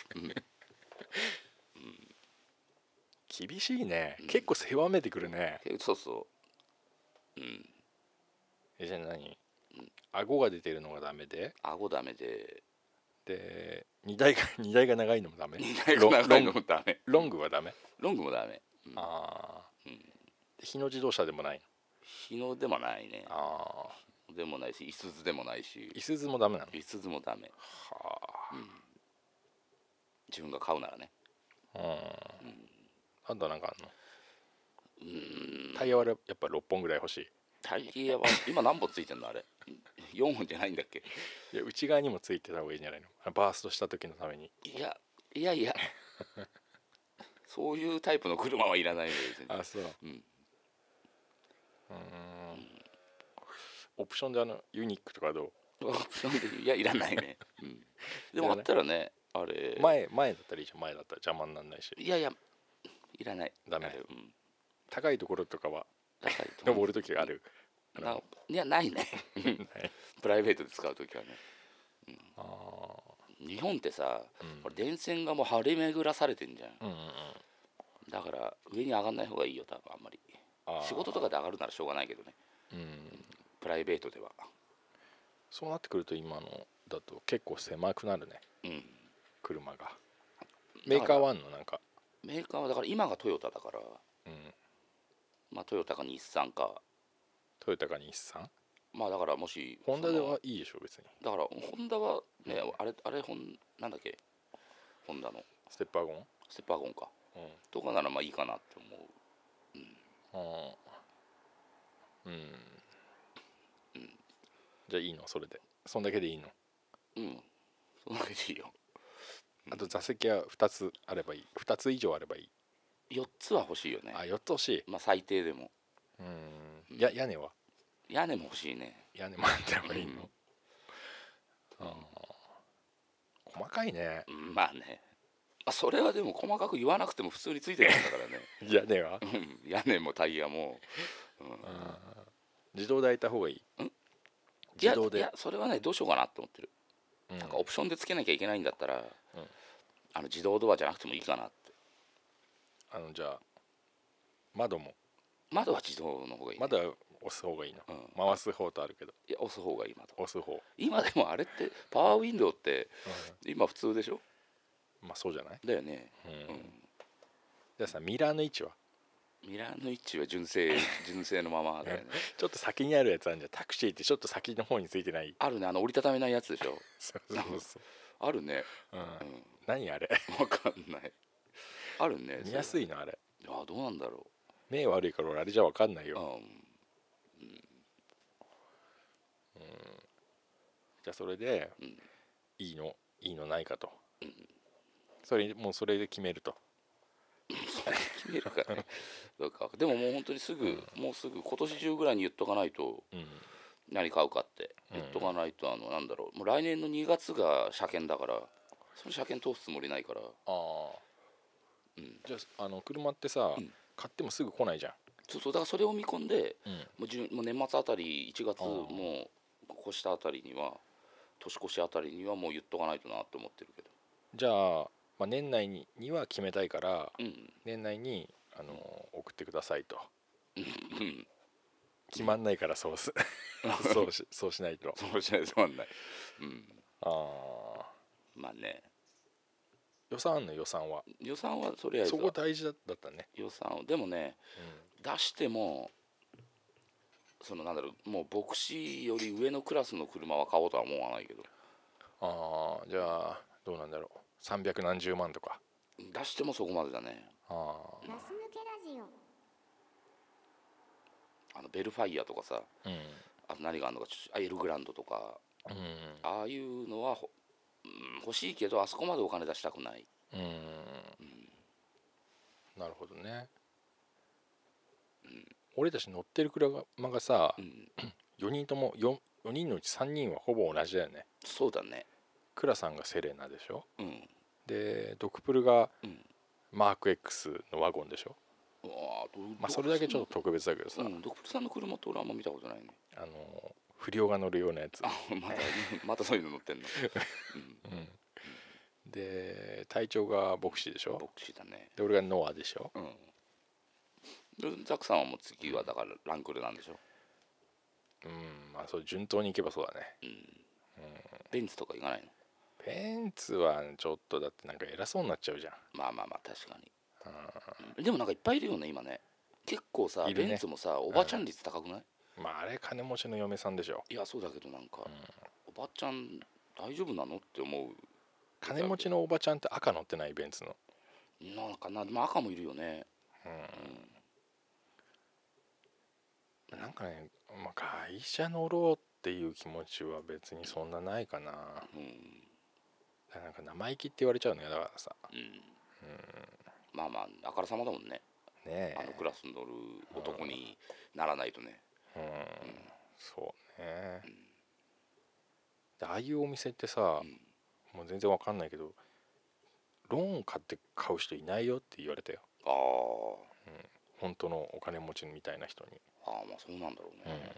厳しいね。結構狭めてくるね。 そうそう。 じゃあ何？顎が出てるのがダメで？ 顎ダメで。 で荷台が長いのもダメ？ 荷台が長いのもダメ。 ロングはダメ？ ロングもダメ。 日野自動車でもないの？ 日野でもないね。でもないし、いすゞでもないし。 いすゞもダメなの？ いすゞもダメ。自分が買うならね。 あとなんかあんの？タイヤはやっぱ6本ぐらい欲しい？ タイヤは今何本ついてんのあれ？4本じゃないんだっけ？ いや内側にもついてた方がいいんじゃないの？バーストした時のために。 いやそういうタイプの車はいらないので。 そう。オプションでユニックとかどう？ オプションでいらないね。でもあったらね、あれ前だったらいいじゃん。前だったら邪魔にならないし。 いらない。 ダメ。高いところとかは登る時がある？ いやないね。プライベートで使う時はね。日本ってさ、電線がもう張り巡らされてんじゃん。だから上に上がんない方がいいよ、多分。あんまり仕事とかで上がるならしょうがないけどね。プライベートでは。 そうなってくると今のだと結構狭くなるね。車が。メーカーはあんの？なんかメーカーはだから今がトヨタだから、トヨタか日産か。 トヨタか日産？ だからもしホンダではいいでしょ別に。 だからホンダはね、あれなんだっけ、ホンダのステッパーゴンか、とかならいいかなって思う。 じゃあいいの？それでそんだけでいいの？ そんだけでいいよ。 あと座席は2つあればいい？2つ以上あればいい ？4つは欲しいよね。 4つ欲しい。 最低でも。 屋根は？ 屋根も欲しいね。 屋根もあった方がいいの？細かいね。 それはでも細かく言わなくても普通についてるんだからね。 屋根は？ 屋根もタイヤも。 自動で開いた方がいい？自動で。 いやそれはね、どうしようかなって思ってる。なんかオプションでつけなきゃいけないんだったら、自動ドアじゃなくてもいいかなって。 じゃあ窓は自動の方がいい、ね。 窓は押す方がいいの？回す方とあるけど。 いや押す方がいい。 押す方。 今でもあれってパワーウィンドウって今普通でしょ？ そうじゃない？ だよね。 じゃあさ、ミラーの位置は？ ミラーの位置は純正のままだよね。 ちょっと先にあるやつあるじゃん。タクシーってちょっと先の方についてない？ あるね、折りたためないやつでしょ。 そうあるね。 何あれ？ わかんない。あるね。 見やすいのあれ？ どうなんだろう。目悪いから俺あれじゃわかんないよ。じゃあそれでいいのないかと。それで決めると。 決めるからね。でももう本当にもうすぐ今年中ぐらいに言っとかないと、何買うかって言っとかないと、なんだろう、もう来年の2月が車検だから、その車検通すつもりないから。 じゃあ車ってさ、買ってもすぐ来ないじゃん。 だからそれを見込んで、もう年末あたり、1月もう越したあたりには、年越しあたりにはもう言っとかないとなって思ってるけど。 じゃあ、年内には決めたいから、年内に送ってくださいと決まんないからそうしないとそうしないと決まんない。まあね、 予算はとりあえずそこ大事だったね。 予算をでもね、出してもなんだろう、もう牧師より上のクラスの車は買おうとは思わないけど。 じゃあどうなんだろう、300何十万とか出してもそこまでだね。 ガス抜けラジオ。 ベルファイアとかさ、あと何があるのか、エルグランドとか、ああいうのは欲しいけど、あそこまでお金出したくない。 なるほどね。俺たち乗ってる車がさ、4人とも4人のうち3人はほぼ同じだよね。 そうだね。 クラさんがセレナでしょ、でドクプルがマーク X のワゴンでしょ。まあそれだけちょっと特別だけどさ、 ドクプルさんの車って俺あんま見たことないね。 不良が乗るようなやつまたそういうの乗ってんの。 で隊長が牧師でしょ。 牧師だね。 で俺がノアでしょ。 ザックさんはもう次はだからランクルなんでしょ。 まあそう順当にいけばそうだね。 ベンツとか行かないの？ ベンツはちょっとだってなんか偉そうになっちゃうじゃん。 まあ確かに。でもなんかいっぱいいるよね今ね。結構さ、ベンツもさおばちゃん率高くない？ まああれ金持ちの嫁さんでしょ。 いやそうだけどなんか、おばちゃん大丈夫なのって思う。 金持ちのおばちゃんって赤乗ってない？ベンツのなんかな。でも赤もいるよね。 なんかね、会社乗ろうっていう気持ちは別にそんなないかな。なんか生意気って言われちゃうのよだからさ。 まああからさまだもんね。クラスに乗る男にならないとね。 そうね。ああいうお店ってさ、もう全然わかんないけどローン買って買う人いないよって言われたよ。本当のお金持ちみたいな人に。 まあそうなんだろうね。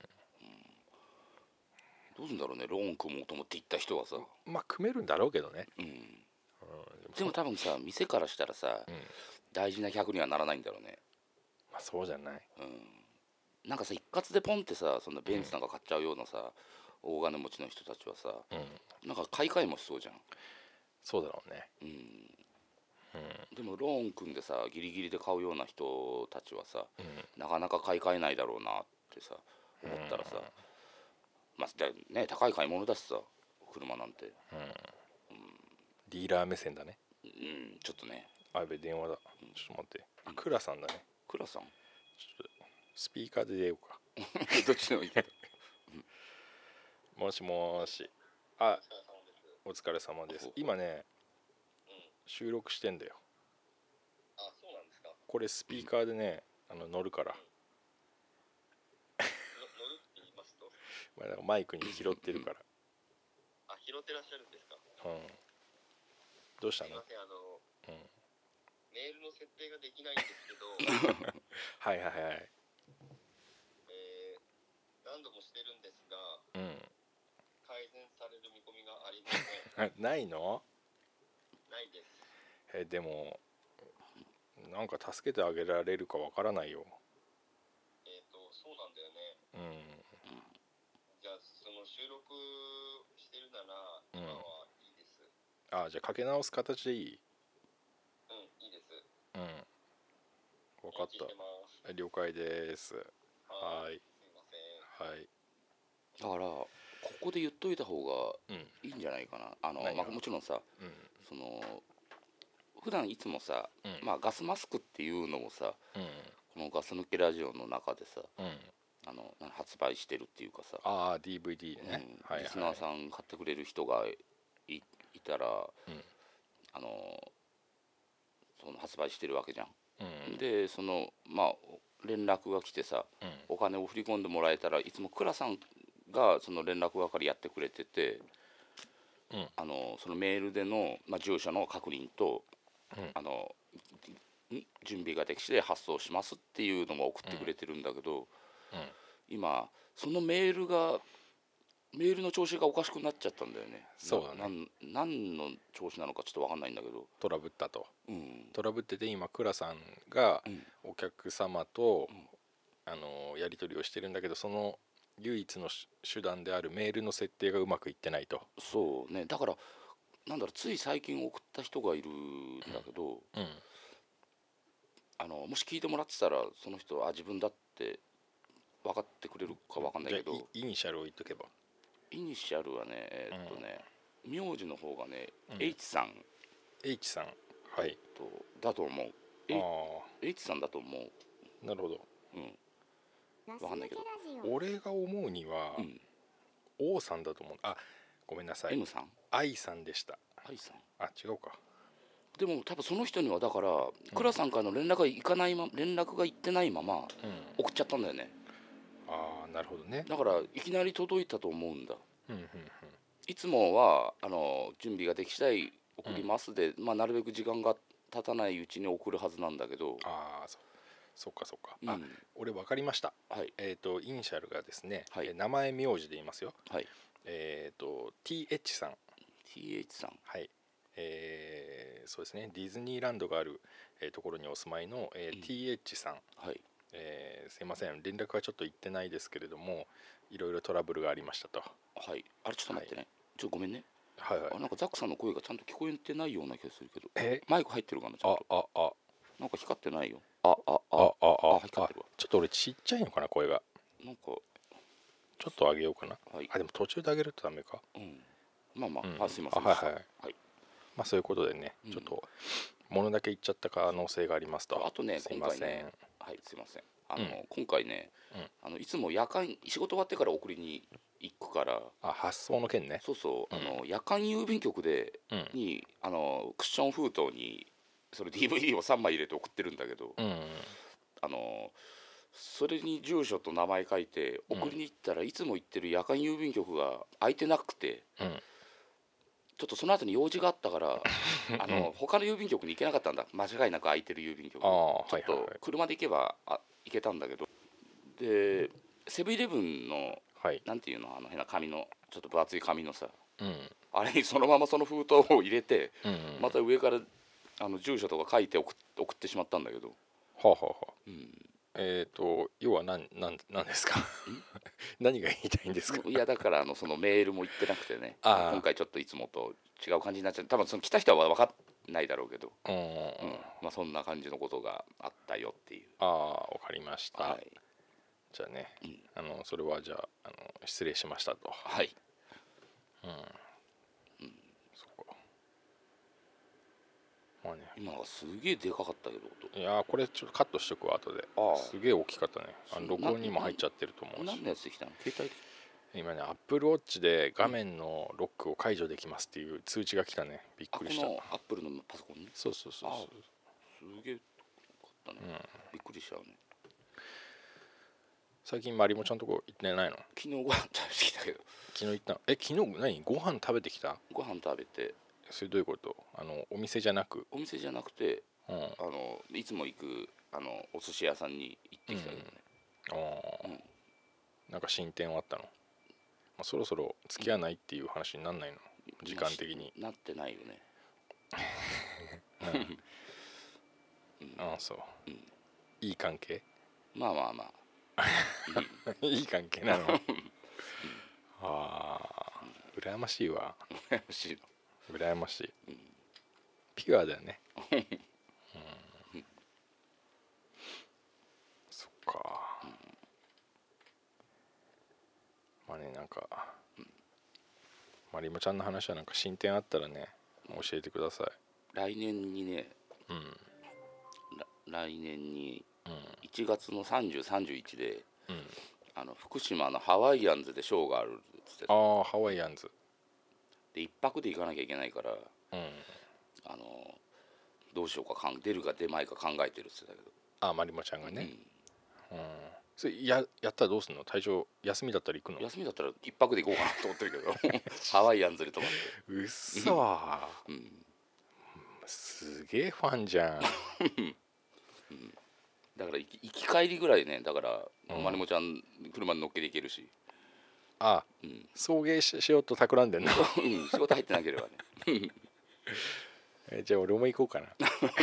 どうするんだろうね、ローン組もうと思って行った人はさ。 まあ組めるんだろうけどね。 でも多分さ、店からしたらさ、大事な客にはならないんだろうね。 まあそうじゃない。 なんかさ、一括でポンってさ、そんなベンツなんか買っちゃうようなさ、大金持ちの人たちはさ、なんか買い替えもしそうじゃん。 そうだろうね。 でもローン組んでさ、ギリギリで買うような人たちはさ、なかなか買い替えないだろうなってさ思ったらさ、まあね、高い買い物だしさ、車なんて。 ディーラー目線だね。 ちょっとね。 やべ電話だ。ちょっと待って。クラさんだね。 クラさん。 ちょっとスピーカーで出ようか。 どっちでもいいけど。 もしもし。お疲れ様です。今ね、収録してんだよ。 そうなんですか。 これスピーカーでね、乗るから。 乗るって言いますと。 だからマイクに拾ってるから。 拾ってらっしゃるんですか。 どうしたの？ すいません、メールの設定ができないんですけど。 はい。 何度もしてるんですが。改善される見込みがありません。 ないの？ ないです。 でもなんか助けてあげられるかわからないよ。 そうなんだよね。じゃあその収録してるなら今はいいです。 じゃあかけ直す形でいい？ いいです。 分かった。了解です。はい。 すいません。 はい。 だからここで言っといた方がいいんじゃないかな。もちろんさ、普段いつもさ、ガスマスクっていうのをさ、このガス抜けラジオの中でさ、発売してるっていうかさ、 DVD ね。 リスナーさん買ってくれる人がいたら、その発売してるわけじゃん。で連絡が来てさ、お金を振り込んでもらえたらいつも倉さんがその連絡係やってくれてて、そのメールでの、住所の確認と、準備ができて発送しますっていうのも送ってくれてるんだけど、今そのメールがメールの調子がおかしくなっちゃったんだよね。 そうだね。何の調子なのかちょっと分かんないんだけど、 トラブったと、トラブってて今倉さんがお客様と、やり取りをしてるんだけど、その唯一の手段であるメールの設定がうまくいってないと。 そうね、だからなんだろう、つい最近送った人がいるんだけど、もし聞いてもらってたらその人は自分だって分かってくれるか分かんないけど、 イニシャルを言っとけば。 イニシャルはね名字の方がね、H さん H さん、はい、 だと思う。H さんだと思う。 なるほど。 分かんないけど、 俺が思うには、O さんだと思う。あ、ごめんなさい、 M さん、 I さんでした。 I さん、 あ、違うか。 でも多分その人にはだから倉さんからの連絡がいかない連絡がいってないまま送っちゃったんだよね。 ああ、なるほどね。 だからいきなり届いたと思うんだ。いつもは準備ができ次第送りますで、なるべく時間が経たないうちに送るはずなんだけど。 ああ、そっか。あ、俺分かりました。 はい。 イニシャルがですね、 はい、 名前名字で言いますよ。 はい。 TH さん。 TH さん。 はい。そうですね、ディズニーランドがある、ところにお住まいの、TH さん。 はい。 すいません、連絡はちょっと行ってないですけれども、いろいろトラブルがありましたと。 はい。あれ、ちょっと待ってね、はい、ちょっとごめんね。 はいはい。 なんかザックさんの声がちゃんと聞こえてないような気がするけど、マイク入ってるかな、ちゃんと。なんか光ってないよ。光ってるわ。 ちょっと俺ちっちゃいのかな、声が。 なんかちょっと上げようかな。 はい。 でも途中で上げるとダメか。 すいません。 はい。そういうことでね、ちょっと物だけ言っちゃった可能性がありますと。 あとね、今回ね、はい、すいません。今回ね、いつも夜間仕事終わってから送りに行くから。 発送の件ね。 そうそう、夜間郵便局でにクッション封筒にそれ DVD を3枚入れて送ってるんだけど、それに住所と名前書いて送りに行ったら、いつも行ってる夜間郵便局が空いてなくて、ちょっとその後に用事があったから他の郵便局に行けなかったんだ。間違いなく空いてる郵便局。ちょっと車で行けば行けたんだけど、でセブンイレブンの、なんていうの、変な紙のちょっと分厚い紙のさ、あれにそのままその封筒を入れて、また上から住所とか書いて送ってしまったんだけど。 要は何ですか何が言いたいんですか。 いや、だからそのメールも言ってなくてね、今回ちょっといつもと違う感じになっちゃう。多分その来た人は分かんないだろうけど、そんな感じのことがあったよっていう。 分かりました。じゃあね、それはじゃあ失礼しましたと。 はい。 そっか。 今はすげえでかかったけど。 いや、これちょっとカットしとくわ後で。すげえ大きかったね。録音にも入っちゃってると思うし。 何のやつできたの？携帯で。 今ね、Apple Watch で画面のロックを解除できますっていう通知が来たね。びっくりした。 この Apple のパソコンに。 そう。 すげえかったね。びっくりしたね。 最近マリモちゃんとこ行ってないの？ 昨日ご飯食べてきたけど。 昨日行ったの？昨日何？ご飯食べてきた？ ご飯食べて。 それどういうこと？お店じゃなく？ お店じゃなくて、いつも行くお寿司屋さんに行ってきたけどね。なんか進展はあったの？そろそろ付き合わないっていう話になんないの？時間的に。 なってないよね。 そう。いい関係？ まあ。 いい関係なの？羨ましいわ。 羨ましいの。 羨ましい。ピュアだよね。そっか。なんかマリモちゃんの話はなんか進展あったらね、教えてください。 来年にね、来年に1月の30、31で、福島のハワイアンズでショーがあるっつって。 ハワイアンズで1泊で行かなきゃいけないから、どうしようか出るか出まいか考えてるっつってたけど。 マリモちゃんがね。それやったらどうすんの？体調休みだったら行くの？ 休みだったら1泊で行こうかなと思ってるけどハワイアンズで泊まって。 うっそー、すげえファンじゃんだから行き帰りぐらいね。だからマリモちゃん車に乗っけて行けるし。 あ、送迎しようと企んでんの仕事入ってなければねじゃあ俺も行こうかな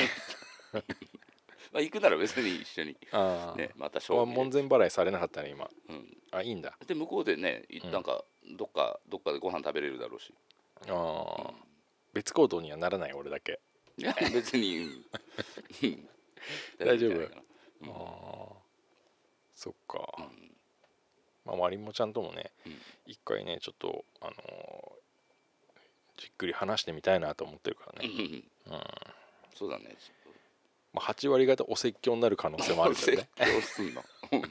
まあ行くなら別に一緒にね、また門前払いされなかったね今。あ、いいんだ。 で向こうでね、なんかどっかでご飯食べれるだろうし。 別行動にはならない俺だけ。 いや別に大丈夫。そっか。まあまりもちゃんともね、一回ねちょっとじっくり話してみたいなと思ってるからね。 そうだね。 まあ8割方お説教になる可能性もあるけどね。 お説教すんの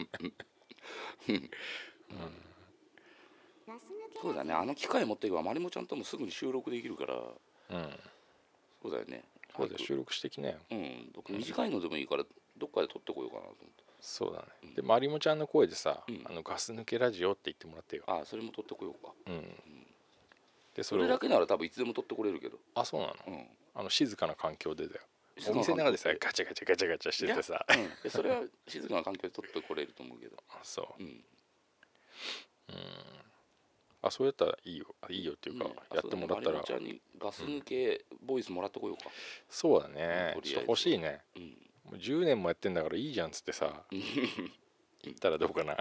そうだね、あの機械持っていけばまりもちゃんともすぐに収録できるから。そうだよね。 そうで収録してきなよ。 短いのでもいいからどっかで撮ってこようかなと思って。 そうだね。でまりもちゃんの声でさ、ガス抜けラジオって言ってもらってよ。 あ、それも撮ってこようか。 でそれだけなら多分いつでも撮ってこれるけど。 あ、そうなの。静かな環境でだよ。お店の中でさガチャガチャガチャガチャしててさ、 それは静かな環境で撮ってこれると思うけど。 あ、そう。あ、そうやったらいいよっていうか、やってもらったら。 まりもちゃんにガス抜けボイスもらってこようか。 そうだね。ちょっと欲しいね。もう10年もやってんだからいいじゃんっつってさ言ったらどうかな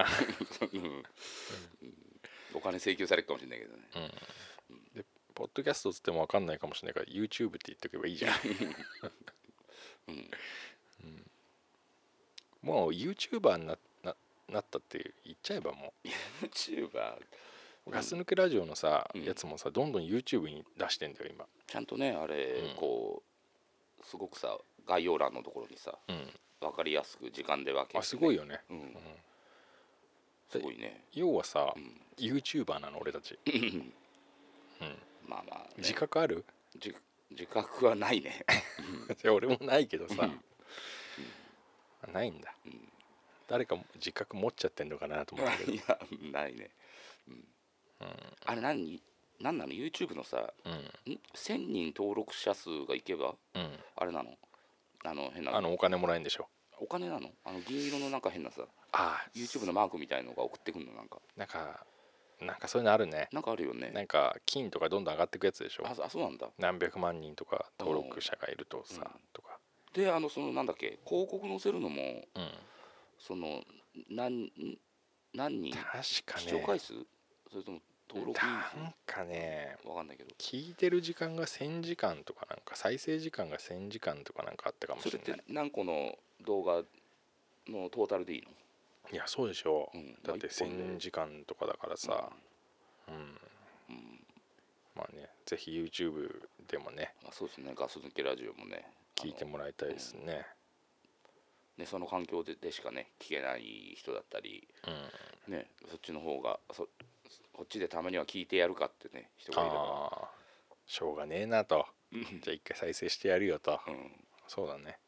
お金請求されるかもしれないけどね。 でポッドキャストっつっても分かんないかもしれないから YouTube って言っておけばいいじゃんもう YouTuber になったって言っちゃえばもう YouTuber ガス抜けラジオのさ、やつもさどんどん YouTube に出してんだよ今。 ちゃんとねあれ、こうすごくさ概要欄のところにさ、分かりやすく時間で分けて、 あ、すごいよね。 すごいね。 要はさ、YouTuber なの俺たち。 まあまあ、 自覚ある？ 自覚はないね俺もないけどさ、ないんだ。誰か自覚持っちゃってんのかなと思って。 いやないね。あれなんなの YouTube のさ、1000人登録者数がいけば、あれなの変なお金もらえんでしょ。 お金なの？銀色のなんか変なさ、YouTube のマークみたいのが送ってくるのなんかそういうのあるね。 なんかあるよね。 なんか金とかどんどん上がっていくやつでしょ。 あ、そうなんだ。 何百万人とか登録者がいるとさ、とかでそのなんだっけ広告載せるのも、その何人確かね視聴回数それとも登録なんかね分かんないけど聞いてる時間が1000時間とかなんか再生時間が1000時間とかなんかあったかもしれない。 それって何個の動画のトータルでいいの？ いやそうでしょう、だって1000時間とかだからさ、まあねぜひ YouTube でもね、 そうですね、ガス抜けラジオもね聞いてもらいたいですね。 ね、その環境でしかね聞けない人だったり、ね、そっちの方がこっちでたまには聞いてやるかってね人がいればしょうがねえなとじゃあ一回再生してやるよと、そうだね、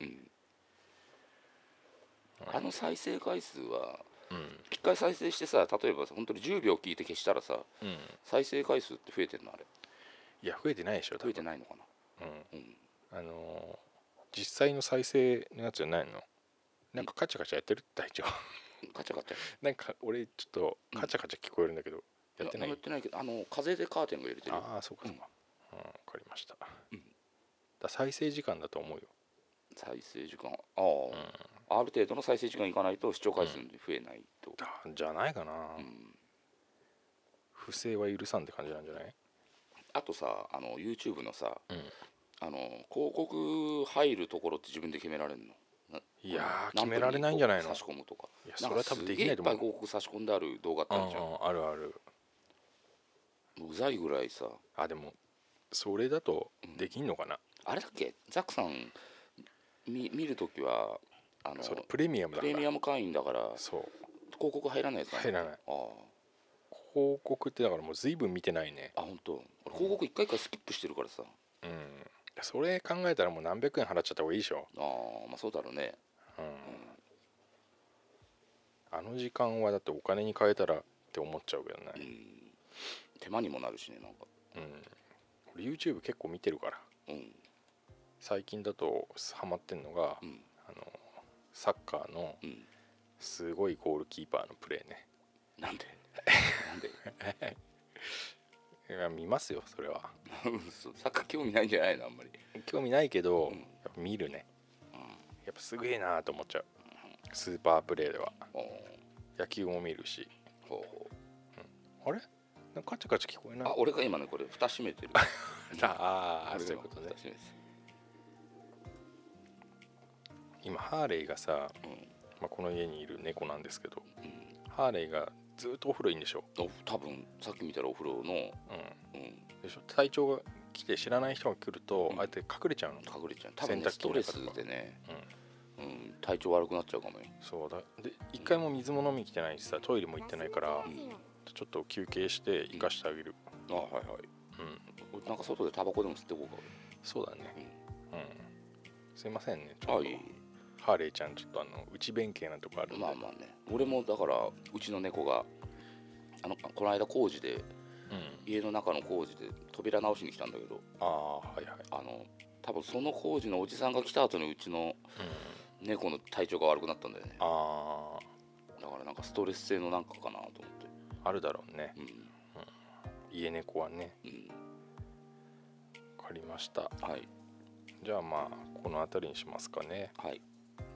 再生回数は一回再生してさ、例えば本当に10秒聞いて消したらさ、再生回数って増えてんのあれ？ いや増えてないでしょ。 増えてないのかな。 実際の再生のやつじゃないの？なんかカチャカチャやってる隊長カチャカチャなんか俺ちょっとカチャカチャ聞こえるんだけど、やってない？ やってないけど風でカーテンが揺れてる。 ああそうかそうか、分かりました。だ再生時間だと思うよ。 再生時間ある程度の再生時間いかないと視聴回数増えないと、 じゃないかな、不正は許さんって感じなんじゃない？ あとさYouTube のさ、広告入るところって自分で決められるの？ いや決められないんじゃないの？ 差し込むとか。 いやそれは多分できないと思う。 すげえいっぱい広告差し込んである動画ってあるじゃん。 あるある。 うざいぐらいさ。 でもそれだとできんのかな、 あれだっけザックさん見るときはそれプレミアムだから、 プレミアム会員だからそう広告入らないやつだね。 入らない。広告ってだからもう随分見てないね。 本当。俺広告一回スキップしてるからさ。 それ考えたらもう何百円払っちゃった方がいいでしょ。 まあそうだろうね。 あの時間はだってお金に変えたらって思っちゃうけどね。 手間にもなるしねなんか。 俺 YouTube 結構見てるから。最近だとハマってんのが、サッカーのすごいゴールキーパーのプレーね。 なんで？ なんでいや見ますよそれはサッカー興味ないんじゃないのあんまり。 興味ないけど、 うん、 やっぱ見るね、うん、やっぱすげえなと思っちゃう、スーパープレーでは。野球も見るし。ほうほう、うん、あれなんかカチャカチャ聞こえない？ あ、俺が今ねこれ蓋閉めてるああそういうことね。今ハーレイがさ、まあ、この家にいる猫なんですけど、ハーレイがずっとお風呂いいんでしょ。 多分さっき見たらお風呂の、 でしょ。体調が来て知らない人が来ると、あえて隠れちゃうの。 隠れちゃう。多分ね、ストレスでね、体調悪くなっちゃうかもよ。そうだ。 で一回も水も飲みに来てないしさ、トイレも行ってないから、ちょっと休憩して生かしてあげる。 あ、はいはい。なんか外でタバコでも吸ってこうか。 そうだね。すいませんね。ちょっとハーレイちゃんちょっと内弁慶なとこあるんで。 まあまあね。俺もだからうちの猫がこの間工事で、家の中の工事で扉直しに来たんだけど、 はいはい。 多分その工事のおじさんが来た後にうちの猫の体調が悪くなったんだよね。だからなんかストレス性のなんかかなと思って。 あるだろうね。家猫はね。わかりました。はい。じゃあまあこの辺りにしますかね。はい。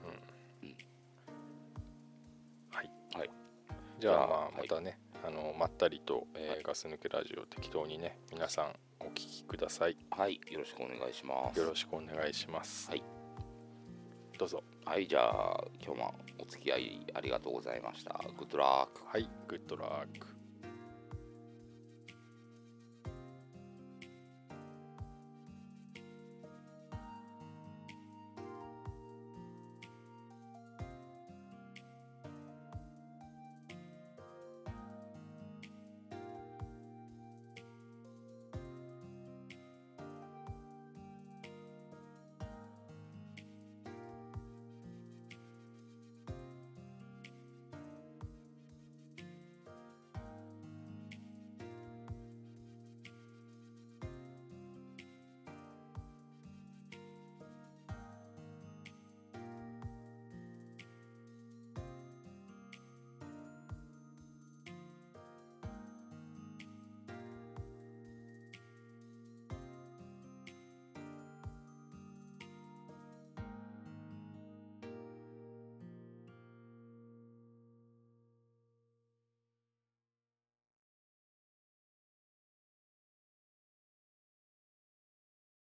はい。じゃあまあまたね、まったりと、ガス抜けラジオ適当にね皆さんお聞きください。 はい、よろしくお願いします。 よろしくお願いします。はい。どうぞ。 はい、じゃあ今日もお付き合いありがとうございました。グッドラック。 はい、グッドラック。